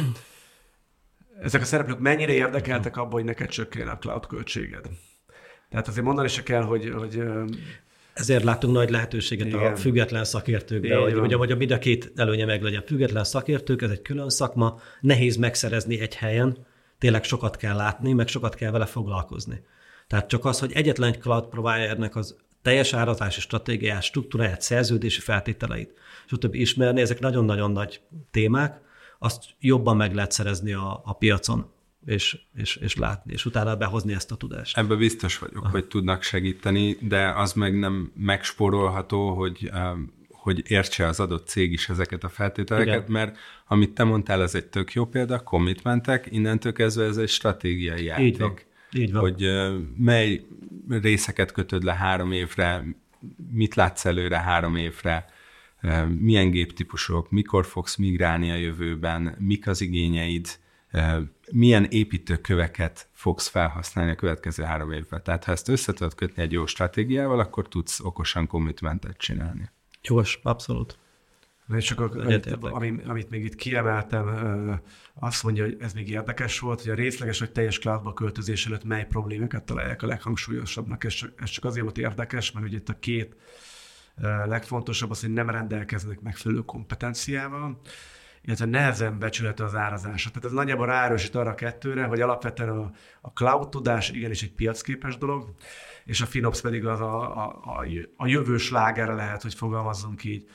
Ezek a szereplők mennyire érdekeltek abban, hogy neked csökken a cloud költséged. Tehát azért mondani se kell, hogy... hogy ezért látunk nagy lehetőséget igen. a független szakértőkbe, hogy, hogy, hogy a mind a két előnye meg legyen. Független szakértők, ez egy külön szakma, nehéz megszerezni egy helyen, tényleg sokat kell látni, meg sokat kell vele foglalkozni. Tehát csak az, hogy egyetlen egy cloud providernek az teljes árazási stratégiáját, struktúráját, szerződési feltételeit, és utána ismerni, ezek nagyon-nagyon nagy témák, azt jobban meg lehet szerezni a, a piacon, és, és, és látni, és utána behozni ezt a tudást. Ebben biztos vagyok, Aha. hogy tudnak segíteni, de az meg nem megspórolható, hogy, hogy értse az adott cég is ezeket a feltételeket, igen. mert amit te mondtál, ez egy tök jó példa, commitmentek, innentől kezdve ez egy stratégiai játék. Így van. Így van. Hogy mely részeket kötöd le három évre, mit látsz előre három évre, milyen géptípusok, mikor fogsz migrálni a jövőben, mik az igényeid, milyen építőköveket fogsz felhasználni a következő három évben. Tehát ha ezt össze tudod kötni egy jó stratégiával, akkor tudsz okosan commitmentet csinálni. Jogos, abszolút. És csak a, amit, amit, amit még itt kiemeltem, azt mondja, hogy ez még érdekes volt, hogy a részleges vagy teljes cloudba költözés előtt mely problémákat találják a leghangsúlyosabbnak. Ez csak, ez csak azért volt érdekes, mert ugye itt a két legfontosabb az, hogy nem rendelkeznek megfelelő kompetenciával, illetve nehezen becsülhető az árazása. Tehát ez nagyjából ráerősít arra a kettőre, hogy alapvetően a, a cloud tudás igenis egy piacképes dolog, és a FinOps pedig az a, a, a jövő slágere lehet, hogy fogalmazzunk így.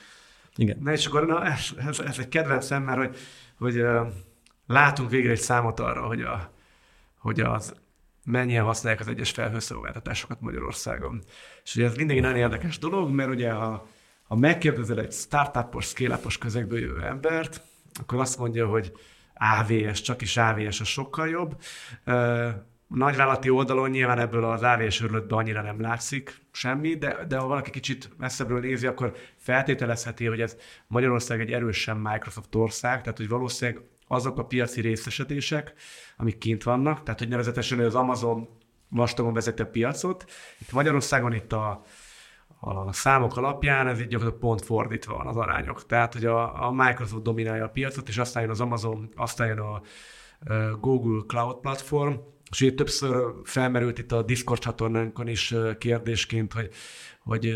Igen. Na és akkor na, ez, ez, ez egy kedvencem, mert hogy, hogy uh, látunk végre egy számot arra, hogy, a, hogy az mennyien használják az egyes felhőszolgáltatásokat Magyarországon. És ugye ez mindig egy nagyon érdekes dolog, mert ugye ha, ha megkérdezel egy startupos, scale-upos közegből jövő embert, akkor azt mondja, hogy á vé es, csak is á vé es a sokkal jobb. Uh, nagyvállalati oldalon nyilván ebből az á vé es örületben annyira nem látszik semmi, de, de ha valaki kicsit messzebbről nézi, akkor feltételezheti, hogy ez Magyarország egy erősen Microsoft ország, tehát hogy valószínűleg azok a piaci részesedések, amik kint vannak, tehát hogy nevezetesen az Amazon vastagon vezeti a piacot. Itt Magyarországon itt a, a számok alapján ez így gyakorlatilag pont fordítva van az arányok. Tehát, hogy a, a Microsoft dominálja a piacot, és aztán jön az Amazon, aztán jön a, a Google Cloud platform, és így többször felmerült itt a Discord csatornánkon is kérdésként, hogy, hogy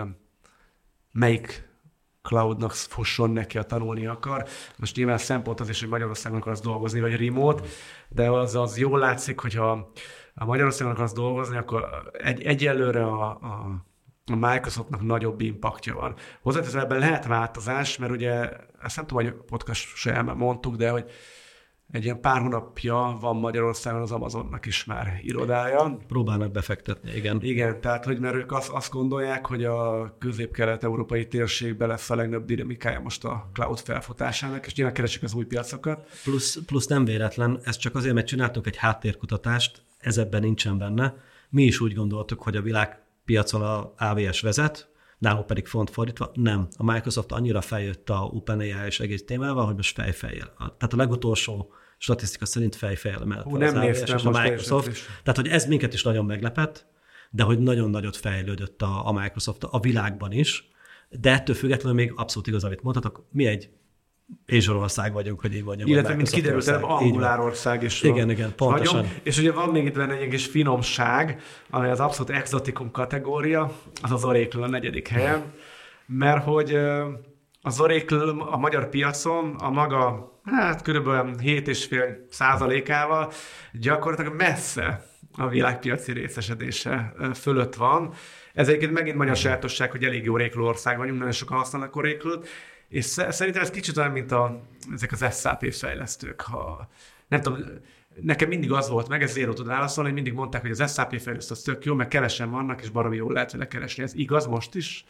melyik cloudnak fusson neki, a tanulni akar. Most nyilván szempont az is, hogy Magyarországon akarsz dolgozni, vagy remote, de az, az jól látszik, hogyha a Magyarországon akarsz dolgozni, akkor egy, egyelőre a, a, a Microsoftnak nagyobb impaktja van. Hozzáteszem, ebben lehet változás, mert ugye, ezt nem tudom, hogy a podcast sem mondtuk, de hogy egy ilyen pár hónapja van Magyarországon az Amazonnak is már irodája. Próbálnak befektetni, igen. Igen, tehát hogy mert ők azt, azt gondolják, hogy a közép-kelet-európai térségben lesz a legnagyobb dinamikája most a cloud felfutásának, és nyilván keresik az új piacokat. Plusz, plusz nem véletlen, ez csak azért, mert csináltunk egy háttérkutatást, ez ebben nincsen benne. Mi is úgy gondoltuk, hogy a világpiacon a á vé es vezet, nálunk pedig font fordítva. Nem. A Microsoft annyira feljött a OpenAI és egész témával, hogy most fejfejjel. Tehát a legutolsó statisztika szerint fejfejjel emelt Hú, nem néztem és a Microsoft. Tehát, hogy ez minket is nagyon meglepett, de hogy nagyon nagyot fejlődött a, a Microsoft a világban is, de ettől függetlenül még abszolút igaz, amit mondhatok, mi egy Azure ország vagyunk, hogy így mondjam. Illetve, mint kiderült, Angular ország is. Igen, igen, pontosan. Nagyon. És ugye van még itt benne egy kis finomság, amely az abszolút exotikum kategória, az az Oracle a negyedik helyen, mert hogy az Oracle a magyar piacon a maga, hát körülbelül hét egész öt százalékával gyakorlatilag messze a világpiaci részesedése fölött van. Ez egyébként megint magyar sajátosság, hogy elég jó Oracle ország vagyunk, nagyon sokan használnak Oracle-t, és szerintem ez kicsit olyan, mint a, ezek az es á pé fejlesztők. Ha, nem tudom, nekem mindig az volt meg, ez zéró tud válaszolni, hogy mindig mondták, hogy az es á pé fejlesztő az tök jó, mert kevesen vannak, és baromi jól lehet vele keresni. Ez igaz most is?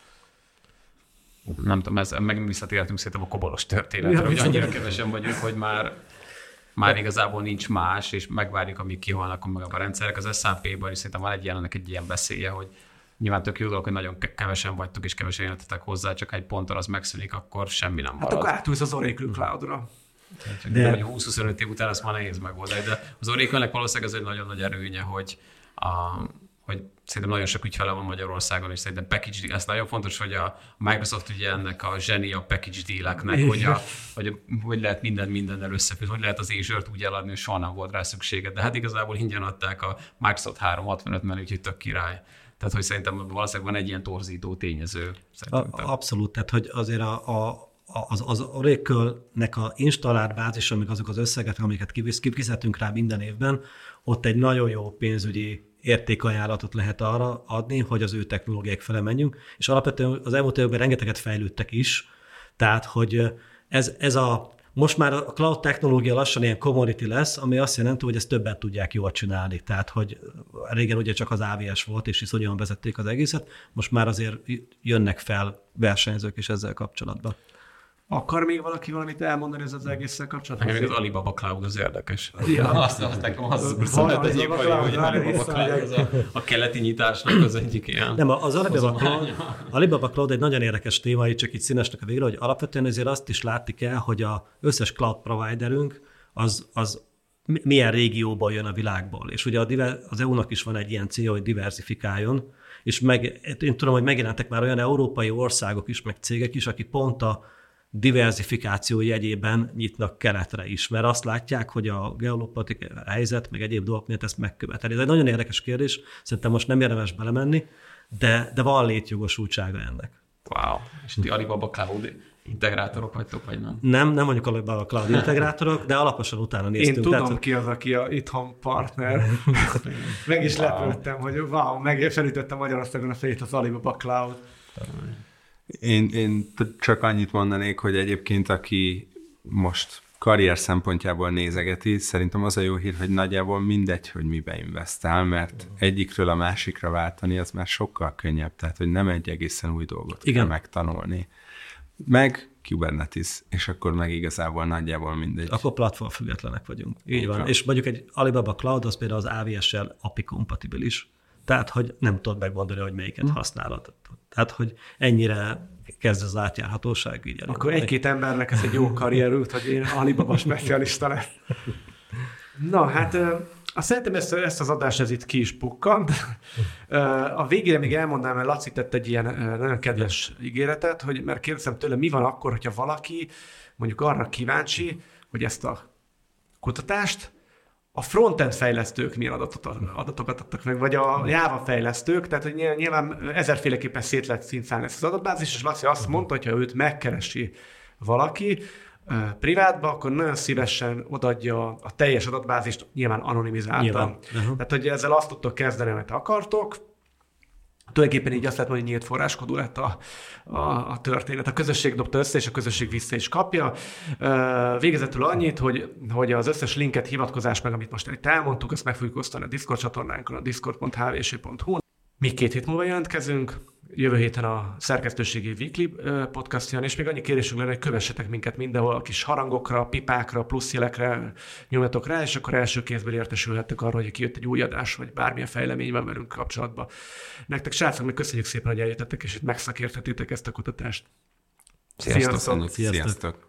Nem tudom, ez meg visszatérhetünk szerintem a kobolos történetre, ja, hogy annyira kevesen vagyunk, hogy már, már igazából nincs más, és megvárjuk, amíg kihalnak meg a rendszerek. Az es á pé-ben is szerintem van egy jelennek egy ilyen beszélje, hogy nyilván tök jó dolog, hogy nagyon kevesen vagytok, és kevesen jöttetek hozzá, csak egy ponton az megszűnik, akkor semmi nem marad. Hát akkor átülsz az Oracle Cloud-ra. De, de húsz-huszonöt év után azt már nehéz megoldani, de az Oracle-nek valószínűleg ez egy nagyon nagy erőnye, hogy, a, hogy szerintem nagyon sok ügyfele van Magyarországon, és szerintem package deal, ez nagyon fontos, hogy a Microsoft ugye ennek a zseni a package dealeknek, hogy, a, hogy, hogy lehet minden mindennel összefűzni, hogy lehet az Azure-t úgy eladni, hogy soha nem volt rá szükséged, de hát igazából ingyen adták a Microsoft háromszázhatvanöt mellé, úgyhogy tök király. Tehát, hogy szerintem valószínűleg van egy ilyen torzító tényező. A, abszolút, tehát, hogy azért a, a, az, az Oracle-nek a installált bázis, amik azok az összegek, amiket kifizetünk rá minden évben, ott egy nagyon jó pénzügyi értékajánlatot lehet arra adni, hogy az ő technológiák fele menjünk, és alapvetően az elmúlt években rengeteget fejlődtek is, tehát, hogy ez, ez a most már a cloud technológia lassan ilyen commodity lesz, ami azt jelenti, hogy ezt többet tudják jól csinálni. Tehát, hogy régen ugye csak az á vé es volt, és iszonyúan vezették az egészet, most már azért jönnek fel versenyzők is ezzel kapcsolatban. Akar még valaki valamit elmondani ez az egésszel kapcsolatban? Nekem az Alibaba Cloud az érdekes. Ja. Azt, azt nekem az szóval egyébként, hogy Alibaba Cloud az a, a keleti nyitásnak az egyik ilyen. Nem, az Alibaba Cloud, Alibaba Cloud egy nagyon érdekes téma, itt csak itt színesnek a végre, hogy alapvetően azért azt is látni kell, hogy az összes cloud providerünk az, az milyen régióból jön a világból. És ugye a diver, az é u-nak is van egy ilyen célja, hogy diversifikáljon, és meg, én tudom, hogy megjelentek már olyan európai országok is, meg cégek is, akik pont a diversifikáció jegyében nyitnak keletre is, mert azt látják, hogy a geopolitikai helyzet, meg egyéb dolgok miatt ezt megköveteli. Ez egy nagyon érdekes kérdés, szerintem most nem érdemes belemenni, de, de van létjogosultsága ennek. Wow. És ti Alibaba Cloud integrátorok vagytok, vagy nem? Nem, nem mondjuk Alibaba Cloud integrátorok, de alaposan utána néztünk. Én tudom, tehát, ki az, aki a itthon partner. Meg is wow. lepődtem, hogy wow, meg felütötte Magyarországon a fejét az Alibaba Cloud. Én, én csak annyit mondanék, hogy egyébként aki most karrier szempontjából nézegeti, szerintem az a jó hír, hogy nagyjából mindegy, hogy mibe investál, mert egyikről a másikra váltani az már sokkal könnyebb, tehát hogy nem egy egészen új dolgot Igen. kell megtanulni. Meg Kubernetes, és akkor meg igazából nagyjából mindegy. Akkor platform függetlenek vagyunk. Így van. van. És mondjuk egy Alibaba Cloud az például az á vé es-sel á pé i-kompatibilis. Tehát, hogy nem tudod megmondani, hogy melyiket hmm. használod. Tehát, hogy ennyire kezd az átjárhatóság. Így akkor egy-két embernek ez egy jó karrierút, hogy én Alibaba specialista lesz. Na, hát azt szerintem ezt, ezt az adást ez itt ki is pukkant. A végére még elmondám, mert Laci tett egy ilyen nagyon kedves ígéretet, hogy mert kérdezem tőle, mi van akkor, hogyha valaki mondjuk arra kíváncsi, hogy ezt a kutatást a frontend fejlesztők milyen adatot, adatokat adtak meg, vagy a Java fejlesztők, tehát hogy nyilván ezerféleképpen szét lehet cincálni ezt az adatbázis, és Laci azt mondta, hogy ha őt megkeresi valaki uh, privátba, akkor nagyon szívesen odaadja a teljes adatbázist, nyilván anonimizáltan. Uh-huh. Tehát, hogy ezzel azt tudtok kezdeni, amit akartok. Tulajdonképpen így azt lehet mondani, hogy nyílt forráskodó lett a, a, a történet. A közösség dobta össze, és a közösség vissza is kapja. Végezetül annyit, hogy, hogy az összes linket, hivatkozás meg, amit most itt elmondtuk, azt meg fogjuk osztani a Discord csatornánkon, a discord pont h v s pont h u. Mi két hét múlva jelentkezünk, jövő héten a szerkesztőségi Weekly podcast jön, és még annyi kérésünk lenne, hogy kövessetek minket mindenhol, a kis harangokra, pipákra, pluszjelekre nyomjatok rá, és akkor első kézből értesülhettek arról, hogy kijött egy új adás, vagy bármilyen fejlemény van velünk kapcsolatban. Nektek, srácok, még köszönjük szépen, hogy eljöttetek, és itt megszakérthetétek ezt a kutatást. Sziasztok! Sziasztok! Sziasztok.